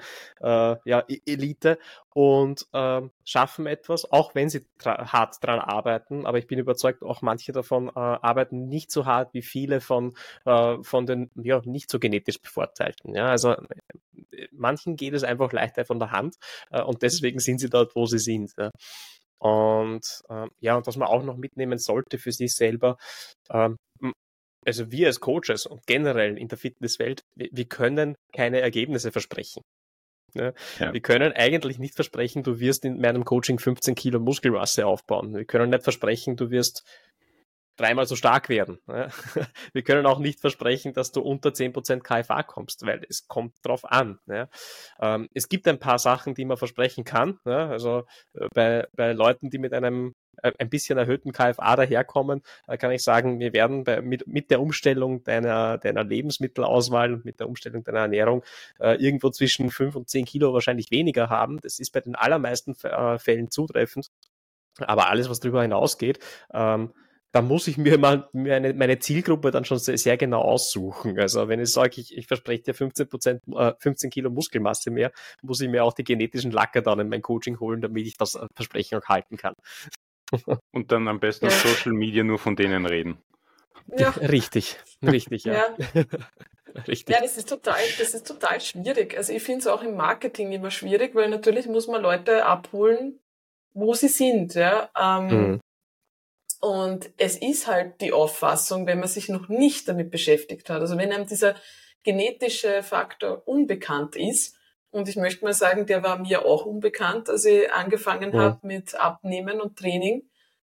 Elite und schaffen etwas, auch wenn sie hart dran arbeiten. Aber ich bin überzeugt, auch manche davon arbeiten nicht so hart wie viele von den nicht so genetisch Bevorteilten. Ja. Also manchen geht es einfach leichter von der Hand und deswegen sind sie dort, wo sie sind. Ja. Und und was man auch noch mitnehmen sollte für sich selber, also wir als Coaches und generell in der Fitnesswelt, wir können keine Ergebnisse versprechen. Ne? Ja. Wir können eigentlich nicht versprechen, du wirst in meinem Coaching 15 Kilo Muskelmasse aufbauen. Wir können nicht versprechen, du wirst dreimal so stark werden. Ja. Wir können auch nicht versprechen, dass du unter 10% KFA kommst, weil es kommt drauf an. Ja. Es gibt ein paar Sachen, die man versprechen kann. Ja. Also bei Leuten, die mit einem ein bisschen erhöhten KFA daherkommen, kann ich sagen, wir werden mit der Umstellung deiner Lebensmittelauswahl und mit der Umstellung deiner Ernährung irgendwo zwischen 5 und 10 Kilo wahrscheinlich weniger haben. Das ist bei den allermeisten Fällen zutreffend. Aber alles, was darüber hinausgeht, da muss ich mir mal meine Zielgruppe dann schon sehr, sehr genau aussuchen. Also wenn ich sage, ich verspreche dir 15 Kilo Muskelmasse mehr, muss ich mir auch die genetischen Lacker dann in mein Coaching holen, damit ich das Versprechen auch halten kann. Und dann am besten auf Social Media nur von denen reden. Ja. Richtig, ja. Richtig. Ja, das ist total schwierig. Also ich finde es auch im Marketing immer schwierig, weil natürlich muss man Leute abholen, wo sie sind, ja. Und es ist halt die Auffassung, wenn man sich noch nicht damit beschäftigt hat. Also wenn einem dieser genetische Faktor unbekannt ist, und ich möchte mal sagen, der war mir auch unbekannt, als ich angefangen habe mit Abnehmen und Training,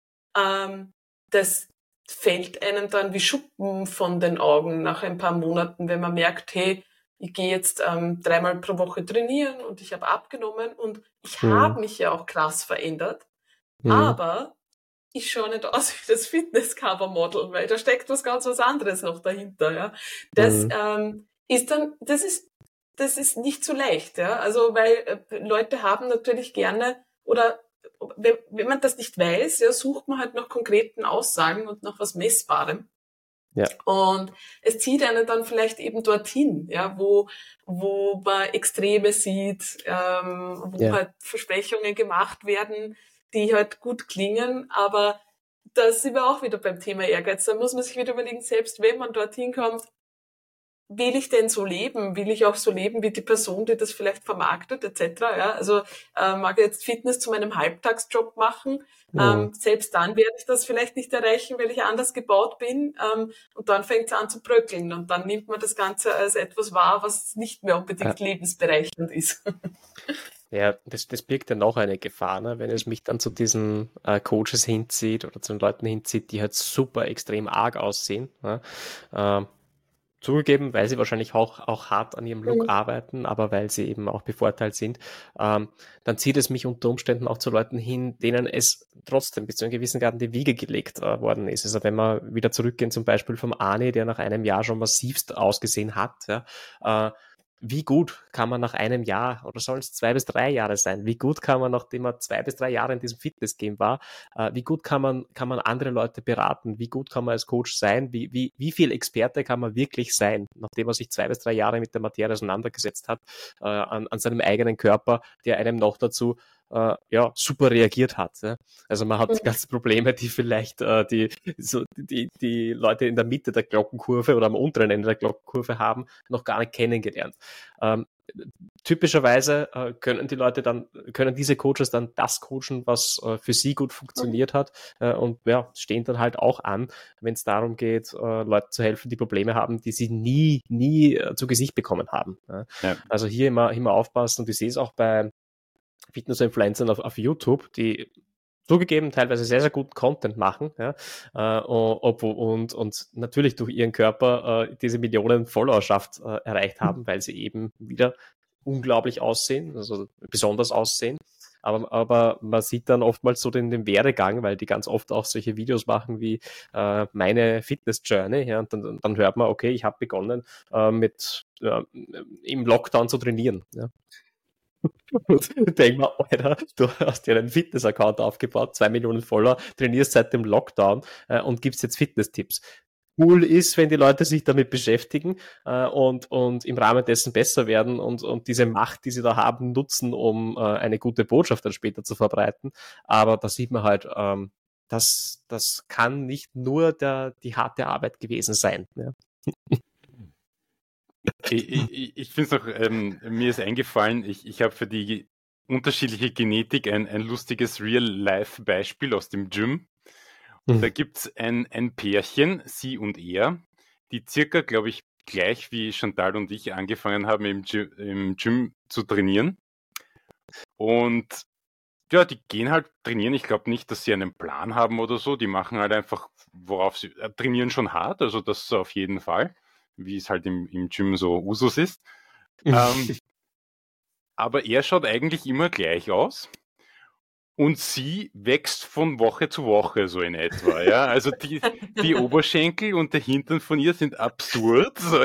das fällt einem dann wie Schuppen von den Augen nach ein paar Monaten, wenn man merkt, hey, ich gehe jetzt 3-mal pro Woche trainieren und ich habe abgenommen und ich habe mich ja auch krass verändert, aber ich schaue nicht aus wie das Fitness-Cover-Model, weil da steckt was anderes noch dahinter. Ja. Das ist nicht so leicht, ja. Also weil Leute haben natürlich gerne oder wenn man das nicht weiß, ja, sucht man halt nach konkreten Aussagen und nach was Messbarem. Ja. Und es zieht einen dann vielleicht eben dorthin, ja, wo man Extreme sieht, wo halt Versprechungen gemacht werden, die halt gut klingen, aber da sind wir auch wieder beim Thema Ehrgeiz. Da muss man sich wieder überlegen, selbst wenn man dorthin kommt, will ich denn so leben? Will ich auch so leben wie die Person, die das vielleicht vermarktet, etc.? Ja, also mag ich jetzt Fitness zu meinem Halbtagsjob machen? Selbst dann werde ich das vielleicht nicht erreichen, weil ich anders gebaut bin. Und dann fängt es an zu bröckeln. Und dann nimmt man das Ganze als etwas wahr, was nicht mehr unbedingt lebensbereichernd ist. Ja, das birgt ja noch eine Gefahr, ne? Wenn es mich dann zu diesen Coaches hinzieht oder zu den Leuten hinzieht, die halt super extrem arg aussehen. Ne? Zugegeben, weil sie wahrscheinlich auch hart an ihrem Look arbeiten, aber weil sie eben auch bevorteilt sind, dann zieht es mich unter Umständen auch zu Leuten hin, denen es trotzdem bis zu einem gewissen Grad in die Wiege gelegt worden ist. Also wenn wir wieder zurückgehen zum Beispiel vom Arne, der nach einem Jahr schon massivst ausgesehen hat, ja, wie gut kann man nach einem Jahr, oder sollen es 2 bis 3 Jahre sein, wie gut kann man, nachdem er 2 bis 3 Jahre in diesem Fitness-Game war, wie gut kann man andere Leute beraten, wie gut kann man als Coach sein, wie viel Experte kann man wirklich sein, nachdem er sich 2 bis 3 Jahre mit der Materie auseinandergesetzt hat, an seinem eigenen Körper, der einem noch dazu super reagiert hat. Ja. Also man hat die ganzen Probleme, die vielleicht die Leute in der Mitte der Glockenkurve oder am unteren Ende der Glockenkurve haben, noch gar nicht kennengelernt. Typischerweise können diese Coaches dann das coachen, was für sie gut funktioniert hat und ja, stehen dann halt auch an, wenn es darum geht, Leuten zu helfen, die Probleme haben, die sie nie zu Gesicht bekommen haben. Ja. Also hier immer aufpassen, und ich sehe es auch bei Fitness-Influencern auf YouTube, die zugegeben teilweise sehr, sehr guten Content machen, ja, und natürlich durch ihren Körper diese Millionen Followerschaft erreicht haben, weil sie eben wieder unglaublich aussehen, also besonders aussehen. Aber man sieht dann oftmals so den Werdegang, weil die ganz oft auch solche Videos machen wie meine Fitness-Journey, ja, und dann hört man, okay, ich habe begonnen im Lockdown zu trainieren. Ja. Und denk mal, Alter, du hast dir einen Fitness-Account aufgebaut, 2 Millionen Follower, trainierst seit dem Lockdown und gibst jetzt Fitness-Tipps. Cool ist, wenn die Leute sich damit beschäftigen und im Rahmen dessen besser werden und diese Macht, die sie da haben, nutzen, um eine gute Botschaft dann später zu verbreiten. Aber da sieht man halt, das kann nicht nur die harte Arbeit gewesen sein. Ja. Ich finde es noch, mir ist eingefallen, ich habe für die unterschiedliche Genetik ein lustiges Real-Life-Beispiel aus dem Gym. Da gibt es ein Pärchen, sie und er, die circa, glaube ich, gleich wie Chantal und ich angefangen haben, im Gym zu trainieren. Und Ja, die gehen halt trainieren. Ich glaube nicht, dass sie einen Plan haben oder so. Die machen halt einfach, worauf sie trainieren schon hart. Also das auf jeden Fall, wie es halt im Gym so Usus ist. Aber er schaut eigentlich immer gleich aus. Und sie wächst von Woche zu Woche so in etwa, ja. Also die Oberschenkel und der Hintern von ihr sind absurd. So.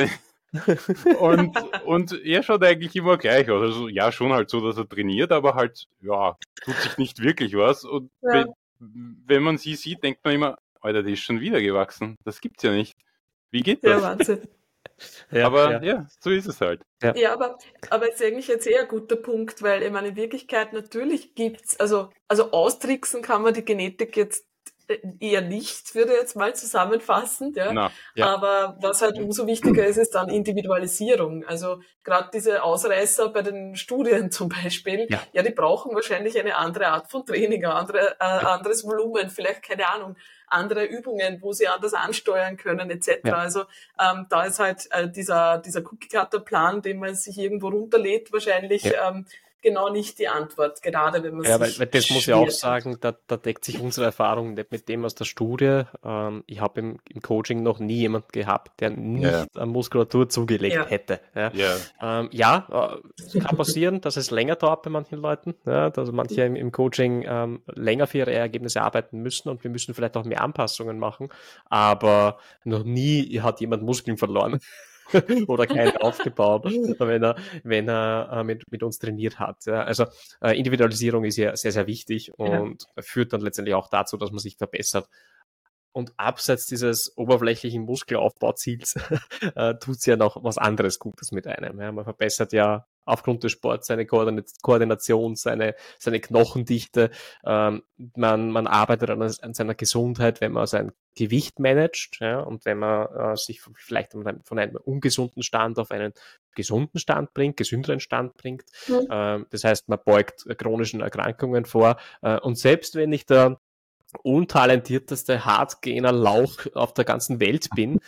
Und er schaut eigentlich immer gleich aus. Also ja, schon halt so, dass er trainiert, aber halt, ja, tut sich nicht wirklich was. Und Ja. wenn man sie sieht, denkt man immer, Alter, die ist schon wieder gewachsen. Das gibt's ja nicht. Wie geht Ja, das? Wahnsinn. Aber ja, so ist es halt. Ja, aber ist eigentlich jetzt eher ein guter Punkt, weil ich meine, in Wirklichkeit natürlich gibt's, also austricksen kann man die Genetik jetzt eher nicht, würde ich jetzt mal zusammenfassen, ja. Na, Aber was halt umso wichtiger ist, ist dann Individualisierung. Also gerade diese Ausreißer bei den Studien zum Beispiel, ja, die brauchen wahrscheinlich eine andere Art von Training, anderes Volumen, vielleicht, keine Ahnung, andere Übungen, wo sie anders ansteuern können, etc. Ja. Also da ist halt dieser Cookie-Cutter-Plan, den man sich irgendwo runterlädt, wahrscheinlich genau nicht die Antwort, gerade wenn man sich weil das muss ich auch sagen, da deckt sich unsere Erfahrung nicht mit dem aus der Studie. Ich habe im Coaching noch nie jemanden gehabt, der nicht an Muskulatur zugelegt hätte. Kann passieren, dass es länger dauert bei manchen Leuten, dass manche im Coaching länger für ihre Ergebnisse arbeiten müssen und wir müssen vielleicht auch mehr Anpassungen machen, aber noch nie hat jemand Muskeln verloren. Oder keine aufgebaut, wenn er mit uns trainiert hat. Ja. Also Individualisierung ist ja sehr, sehr wichtig und führt dann letztendlich auch dazu, dass man sich verbessert. Und abseits dieses oberflächlichen Muskelaufbauziels tut es ja noch was anderes Gutes mit einem. Ja. Man verbessert ja aufgrund des Sports seine Koordination, seine Knochendichte. Man arbeitet an seiner Gesundheit, wenn man sein Gewicht managt, ja, und wenn man sich vielleicht von einem ungesunden Stand auf einen gesunden Stand bringt, gesünderen Stand bringt. Das heißt, man beugt chronischen Erkrankungen vor. Und selbst wenn ich der untalentierteste Hardgainer Lauch auf der ganzen Welt bin,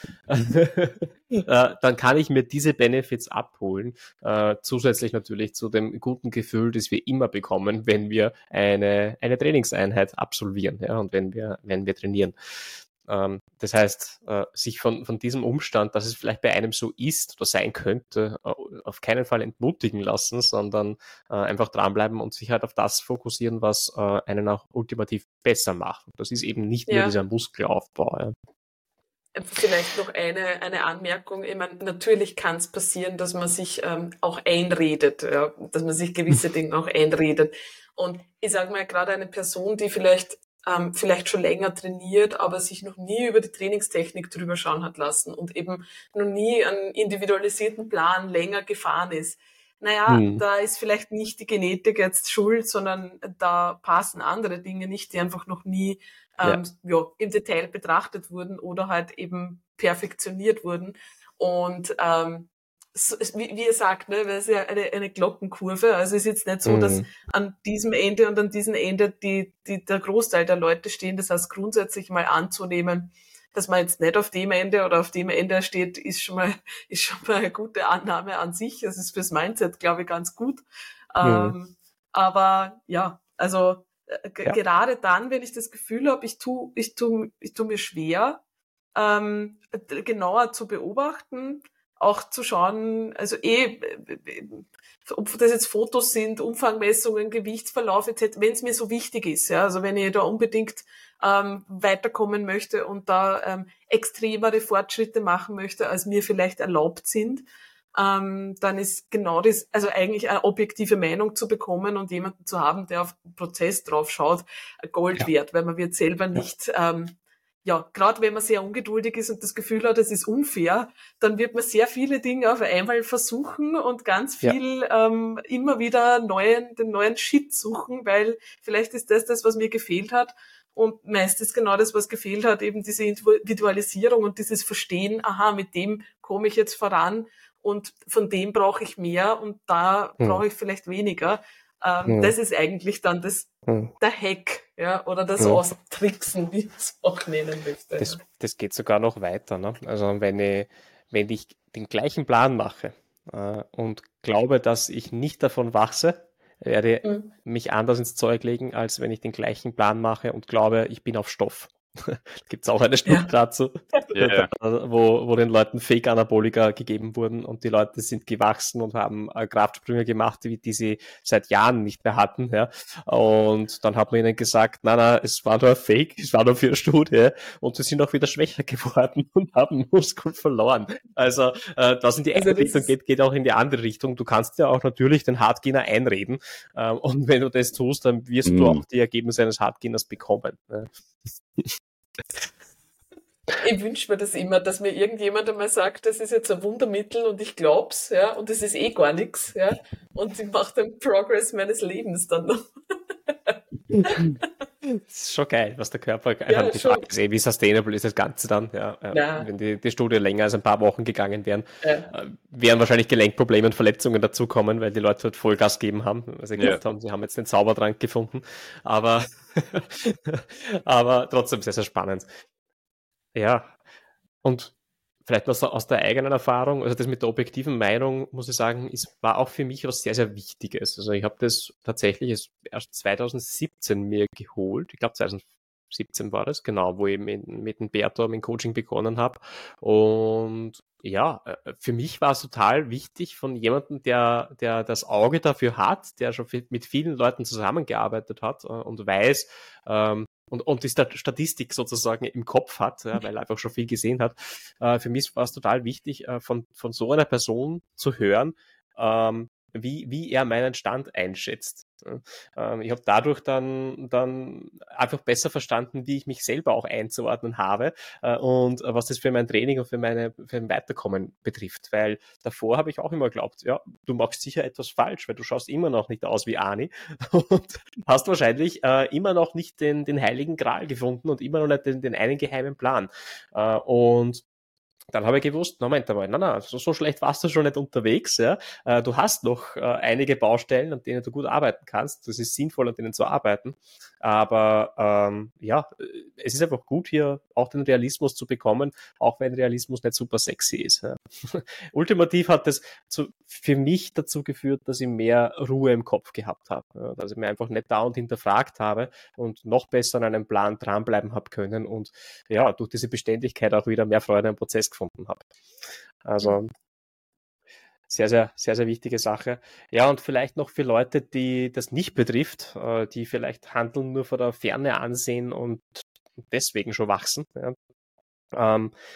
dann kann ich mir diese Benefits abholen, zusätzlich natürlich zu dem guten Gefühl, das wir immer bekommen, wenn wir eine Trainingseinheit absolvieren, ja, und wenn wir trainieren. Das heißt, sich von diesem Umstand, dass es vielleicht bei einem so ist oder sein könnte, auf keinen Fall entmutigen lassen, sondern einfach dranbleiben und sich halt auf das fokussieren, was einen auch ultimativ besser macht. Das ist eben nicht nur dieser Muskelaufbau. Ja. Vielleicht noch eine Anmerkung. Ich meine, natürlich kann es passieren, dass man sich auch einredet, ja, dass man sich gewisse Dinge auch einredet. Und ich sage mal, gerade eine Person, die vielleicht schon länger trainiert, aber sich noch nie über die Trainingstechnik drüber schauen hat lassen und eben noch nie einen individualisierten Plan länger gefahren ist. Naja, da ist vielleicht nicht die Genetik jetzt schuld, sondern da passen andere Dinge nicht, die einfach noch nie im Detail betrachtet wurden oder halt eben perfektioniert wurden. Und wie ihr sagt, ne, das ist ja eine Glockenkurve. Also es ist jetzt nicht so, dass an diesem Ende und an diesem Ende der Großteil der Leute stehen. Das heißt, grundsätzlich mal anzunehmen, dass man jetzt nicht auf dem Ende oder auf dem Ende steht, ist schon mal eine gute Annahme an sich. Das ist fürs Mindset, glaube ich, ganz gut. Aber ja, also gerade dann, wenn ich das Gefühl habe, ich tu mir schwer, genauer zu beobachten, auch zu schauen, also ob das jetzt Fotos sind, Umfangmessungen, Gewichtsverlauf etc., wenn es mir so wichtig ist, ja, also wenn ich da unbedingt weiterkommen möchte und da extremere Fortschritte machen möchte, als mir vielleicht erlaubt sind, dann ist genau das, also eigentlich eine objektive Meinung zu bekommen und jemanden zu haben, der auf den Prozess drauf schaut, Gold wert, weil man wird selber nicht gerade wenn man sehr ungeduldig ist und das Gefühl hat, es ist unfair, dann wird man sehr viele Dinge auf einmal versuchen und ganz viel immer wieder den neuen Shit suchen, weil vielleicht ist das, was mir gefehlt hat. Und meist ist genau das, was gefehlt hat, eben diese Individualisierung und dieses Verstehen, aha, mit dem komme ich jetzt voran und von dem brauche ich mehr und da brauche ich vielleicht weniger. Das ist eigentlich dann der Hack, ja, oder das Austricksen, wie ich es auch nennen möchte. Das geht sogar noch weiter, ne? Also wenn ich den gleichen Plan mache und glaube, dass ich nicht davon wachse, werde mich anders ins Zeug legen, als wenn ich den gleichen Plan mache und glaube, ich bin auf Stoff. Gibt es auch eine Studie dazu, wo den Leuten Fake-Anabolika gegeben wurden und die Leute sind gewachsen und haben Kraftsprünge gemacht, die sie seit Jahren nicht mehr hatten. Ja. Und dann hat man ihnen gesagt, na, es war nur Fake, es war nur für eine Studie und sie sind auch wieder schwächer geworden und haben Muskeln verloren. Also das in die eine Richtung geht auch in die andere Richtung. Du kannst ja auch natürlich den Hardgainer einreden und wenn du das tust, dann wirst du auch die Ergebnisse eines Hardgainers bekommen. Ja. Ich wünsche mir das immer, dass mir irgendjemand einmal sagt, das ist jetzt ein Wundermittel und ich glaub's, ja, und es ist eh gar nichts, ja, und ich mache den Progress meines Lebens dann noch. Das ist schon geil, was der Körper einfach die Frage ist, wie sustainable ist das Ganze dann, wenn die Studie länger als ein paar Wochen gegangen wären, wären wahrscheinlich Gelenkprobleme und Verletzungen dazukommen, weil die Leute halt Vollgas gegeben haben, weil sie gedacht haben, sie haben jetzt den Zaubertrank gefunden, aber trotzdem sehr, sehr spannend. Ja, und vielleicht noch so aus der eigenen Erfahrung, also das mit der objektiven Meinung, muss ich sagen, war auch für mich was sehr, sehr Wichtiges. Also ich habe das tatsächlich erst 2017 mir geholt. Ich glaube 2017 war das, genau, wo ich mit dem Berto mit dem Coaching begonnen habe. Und ja, für mich war es total wichtig von jemandem, der das Auge dafür hat, der schon mit vielen Leuten zusammengearbeitet hat und weiß, und die Statistik sozusagen im Kopf hat, weil er einfach schon viel gesehen hat. Für mich war es total wichtig, von so einer Person zu hören, wie er meinen Stand einschätzt. Ich habe dadurch dann einfach besser verstanden, wie ich mich selber auch einzuordnen habe und was das für mein Training und für mein Weiterkommen betrifft. Weil davor habe ich auch immer geglaubt, ja, du machst sicher etwas falsch, weil du schaust immer noch nicht aus wie Ani und hast wahrscheinlich immer noch nicht den Heiligen Gral gefunden und immer noch nicht den einen geheimen Plan. Und dann habe ich gewusst, Moment einmal, so schlecht warst du schon nicht unterwegs. Ja? Du hast noch einige Baustellen, an denen du gut arbeiten kannst. Das ist sinnvoll, an denen zu arbeiten. Aber es ist einfach gut, hier auch den Realismus zu bekommen, auch wenn Realismus nicht super sexy ist. Ja? Ultimativ hat das für mich dazu geführt, dass ich mehr Ruhe im Kopf gehabt habe. Ja? Dass ich mir einfach nicht dauernd hinterfragt habe und noch besser an einem Plan dranbleiben habe können und ja, durch diese Beständigkeit auch wieder mehr Freude am Prozess gefunden habe. Also sehr, sehr, sehr, sehr wichtige Sache. Ja, und vielleicht noch für Leute, die das nicht betrifft, die vielleicht Handeln nur von der Ferne ansehen und deswegen schon wachsen. Ja.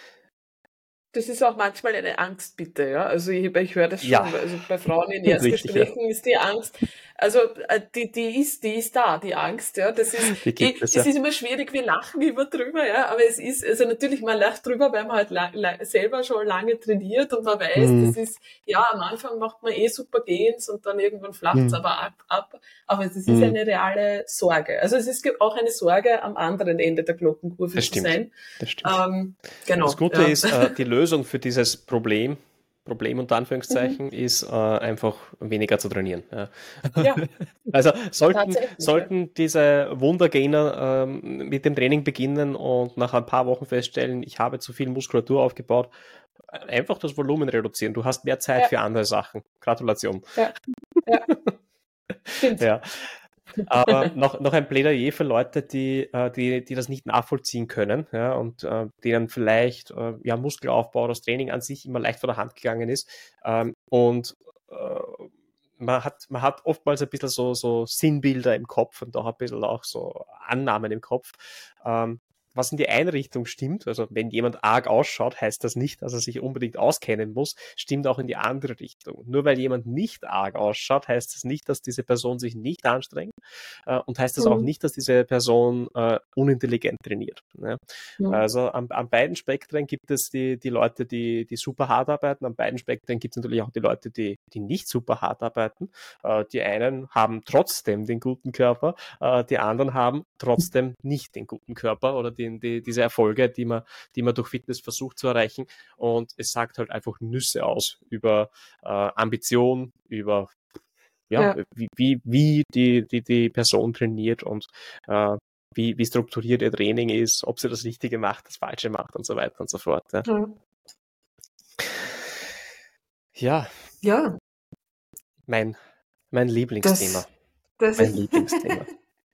Das ist auch manchmal eine Angst, bitte, ja. Also ich höre das schon, also bei Frauen in Erstgesprächen ist die Angst, also die ist da, die Angst, ja. Das ist, es ist immer schwierig, wir lachen immer drüber, ja, aber es ist, also natürlich, man lacht drüber, weil man halt selber schon lange trainiert und man weiß, das ist, ja, am Anfang macht man super Gains und dann irgendwann flacht es aber ab, aber es ist eine reale Sorge. Also es ist auch eine Sorge, am anderen Ende der Glockenkurve zu sein. Das stimmt. Genau. Das Gute ist, die Lösung für dieses Problem unter Anführungszeichen, ist einfach weniger zu trainieren. Ja. Also sollten diese Wundergainer mit dem Training beginnen und nach ein paar Wochen feststellen, ich habe zu viel Muskulatur aufgebaut, einfach das Volumen reduzieren. Du hast mehr Zeit für andere Sachen. Gratulation. Ja. Stimmt. Ja. Aber noch ein Plädoyer für Leute, die das nicht nachvollziehen können, ja, und denen vielleicht Muskelaufbau, das Training an sich immer leicht von der Hand gegangen ist. Und man hat oftmals ein bisschen so Sinnbilder im Kopf und auch ein bisschen auch so Annahmen im Kopf. Was in die eine Richtung stimmt, also wenn jemand arg ausschaut, heißt das nicht, dass er sich unbedingt auskennen muss, stimmt auch in die andere Richtung. Nur weil jemand nicht arg ausschaut, heißt das nicht, dass diese Person sich nicht anstrengt und heißt das auch nicht, dass diese Person unintelligent trainiert. Ne? Also an beiden Spektren gibt es die Leute, die super hart arbeiten, an beiden Spektren gibt es natürlich auch die Leute, die nicht super hart arbeiten. Die einen haben trotzdem den guten Körper, die anderen haben trotzdem nicht den guten Körper oder diese Erfolge, die man durch Fitness versucht zu erreichen. Und es sagt halt einfach Nüsse aus über Ambition, über wie die Person trainiert und wie strukturiert ihr Training ist, ob sie das Richtige macht, das Falsche macht und so weiter und so fort. Ja. Ja. Mein Lieblingsthema. Das Mein Lieblingsthema.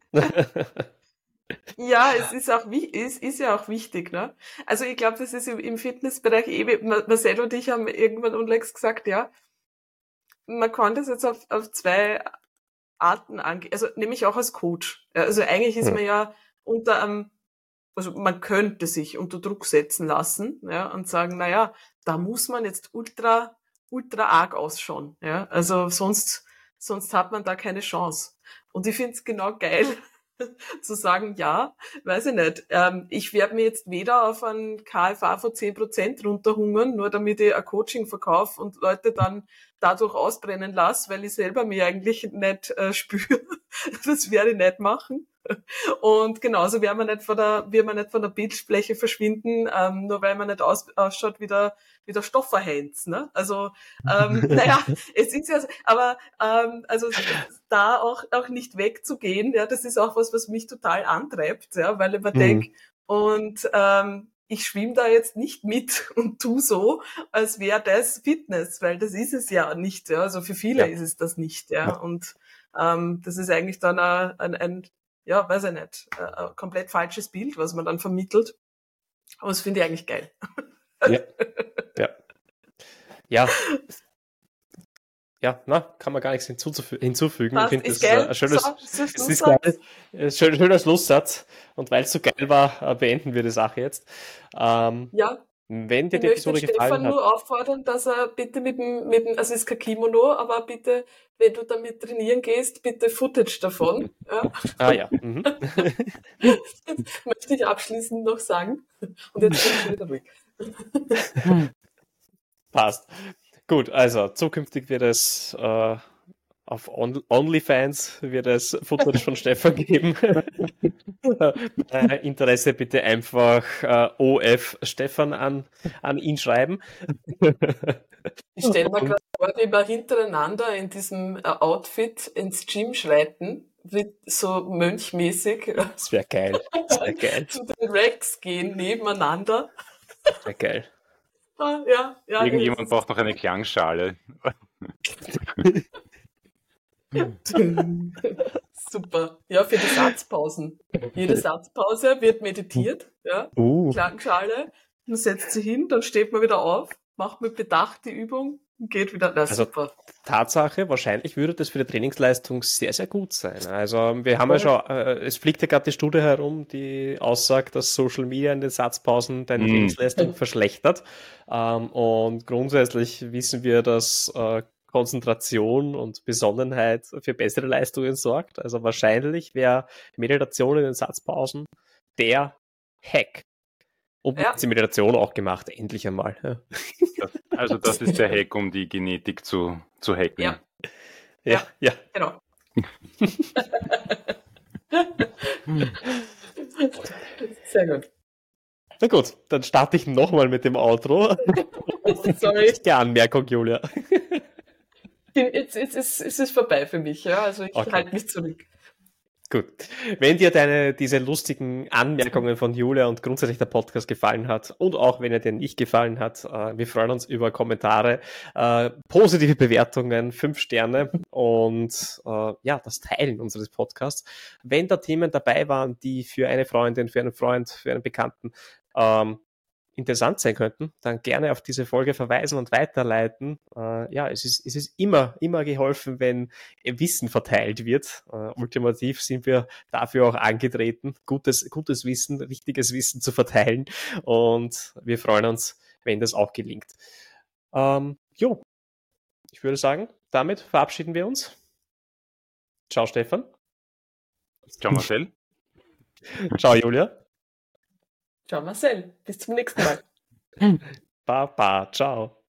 Ja, es ist ja auch wichtig, ne? Also ich glaube, das ist im Fitnessbereich Marcel und ich haben irgendwann unlängst gesagt, ja, man kann das jetzt auf zwei Arten angehen, also nämlich auch als Coach. Ja, also eigentlich ist man ja unter einem, also man könnte sich unter Druck setzen lassen, ja, und sagen, na ja, da muss man jetzt ultra arg ausschauen, ja, also sonst hat man da keine Chance. Und ich find's genau geil, zu sagen, ja, weiß ich nicht, ich werde mir jetzt weder auf einen KFA von 10% runterhungern, nur damit ich ein Coaching verkaufe und Leute dann dadurch ausbrennen lasse, weil ich selber mich eigentlich nicht spüre. Das werde ich nicht machen. Und genauso wird man nicht von der Bildfläche verschwinden, nur weil man nicht ausschaut wie der Stofferheinz, ne? Also, naja, es ist ja, aber, also, da auch nicht wegzugehen, ja, das ist auch was mich total antreibt, ja, weil ich mir denke, und, ich schwimme da jetzt nicht mit und tu so, als wäre das Fitness, weil das ist es ja nicht, ja, also für viele ist es das nicht, ja, und, das ist eigentlich dann ein ja, weiß ich nicht, ein komplett falsches Bild, was man dann vermittelt. Aber das finde ich eigentlich geil. Ja. Ja. Ja, na, kann man gar nichts hinzufügen. Passt, Ich finde, ist das geil. ein schönes, So, es ist geil, schöner Schlusssatz. Und weil es so geil war, beenden wir die Sache jetzt. Ja. Wenn dir Ich die möchte Episode gefallen Stefan hat, nur auffordern, dass er bitte also es ist kein Kimono, aber bitte, wenn du damit trainieren gehst, bitte Footage davon. Ja. ja. Möchte ich abschließend noch sagen. Und jetzt bin ich schon wieder ruhig. Passt. Gut, also zukünftig wird es auf OnlyFans wird es Footage von Stefan geben. Interesse bitte einfach OF Stefan an ihn schreiben. Ich stelle mir gerade vor, wie wir hintereinander in diesem Outfit ins Gym schreiten, wie so mönchmäßig Das wäre geil. zu den Racks gehen, nebeneinander. Das wäre geil. Ja, Irgendjemand braucht noch eine Klangschale. Super. Ja, für die Satzpausen. Jede Satzpause wird meditiert, ja. Klangschale, man setzt sich hin, dann steht man wieder auf, macht mit Bedacht die Übung und geht wieder. Na, super. Tatsache, wahrscheinlich würde das für die Trainingsleistung sehr, sehr gut sein. Also wir haben ja schon, es fliegt ja gerade die Studie herum, die aussagt, dass Social Media in den Satzpausen deine Trainingsleistung verschlechtert. Und grundsätzlich wissen wir, dass Konzentration und Besonnenheit für bessere Leistungen sorgt. Also wahrscheinlich wäre Meditation in den Satzpausen der Hack. Und die Meditation auch gemacht, endlich einmal. Also das ist der Hack, um die Genetik zu hacken. Ja, genau. Sehr gut. Na gut, dann starte ich nochmal mit dem Outro. Sorry. Die Anmerkung, Julia. Jetzt ist es vorbei für mich, ja. Also ich halte mich zurück. Gut. Wenn dir diese lustigen Anmerkungen von Julia und grundsätzlich der Podcast gefallen hat und auch wenn er dir nicht gefallen hat, wir freuen uns über Kommentare, positive Bewertungen, 5 Sterne und das Teilen unseres Podcasts. Wenn da Themen dabei waren, die für eine Freundin, für einen Freund, für einen Bekannten interessant sein könnten, dann gerne auf diese Folge verweisen und weiterleiten. Es ist immer geholfen, wenn Wissen verteilt wird. Ultimativ sind wir dafür auch angetreten, gutes Wissen, richtiges Wissen zu verteilen und wir freuen uns, wenn das auch gelingt. Ich würde sagen, damit verabschieden wir uns. Ciao, Stefan. Ciao, Marcel. Ciao, Julia. Ciao, Marcel. Bis zum nächsten Mal. Baba, ciao.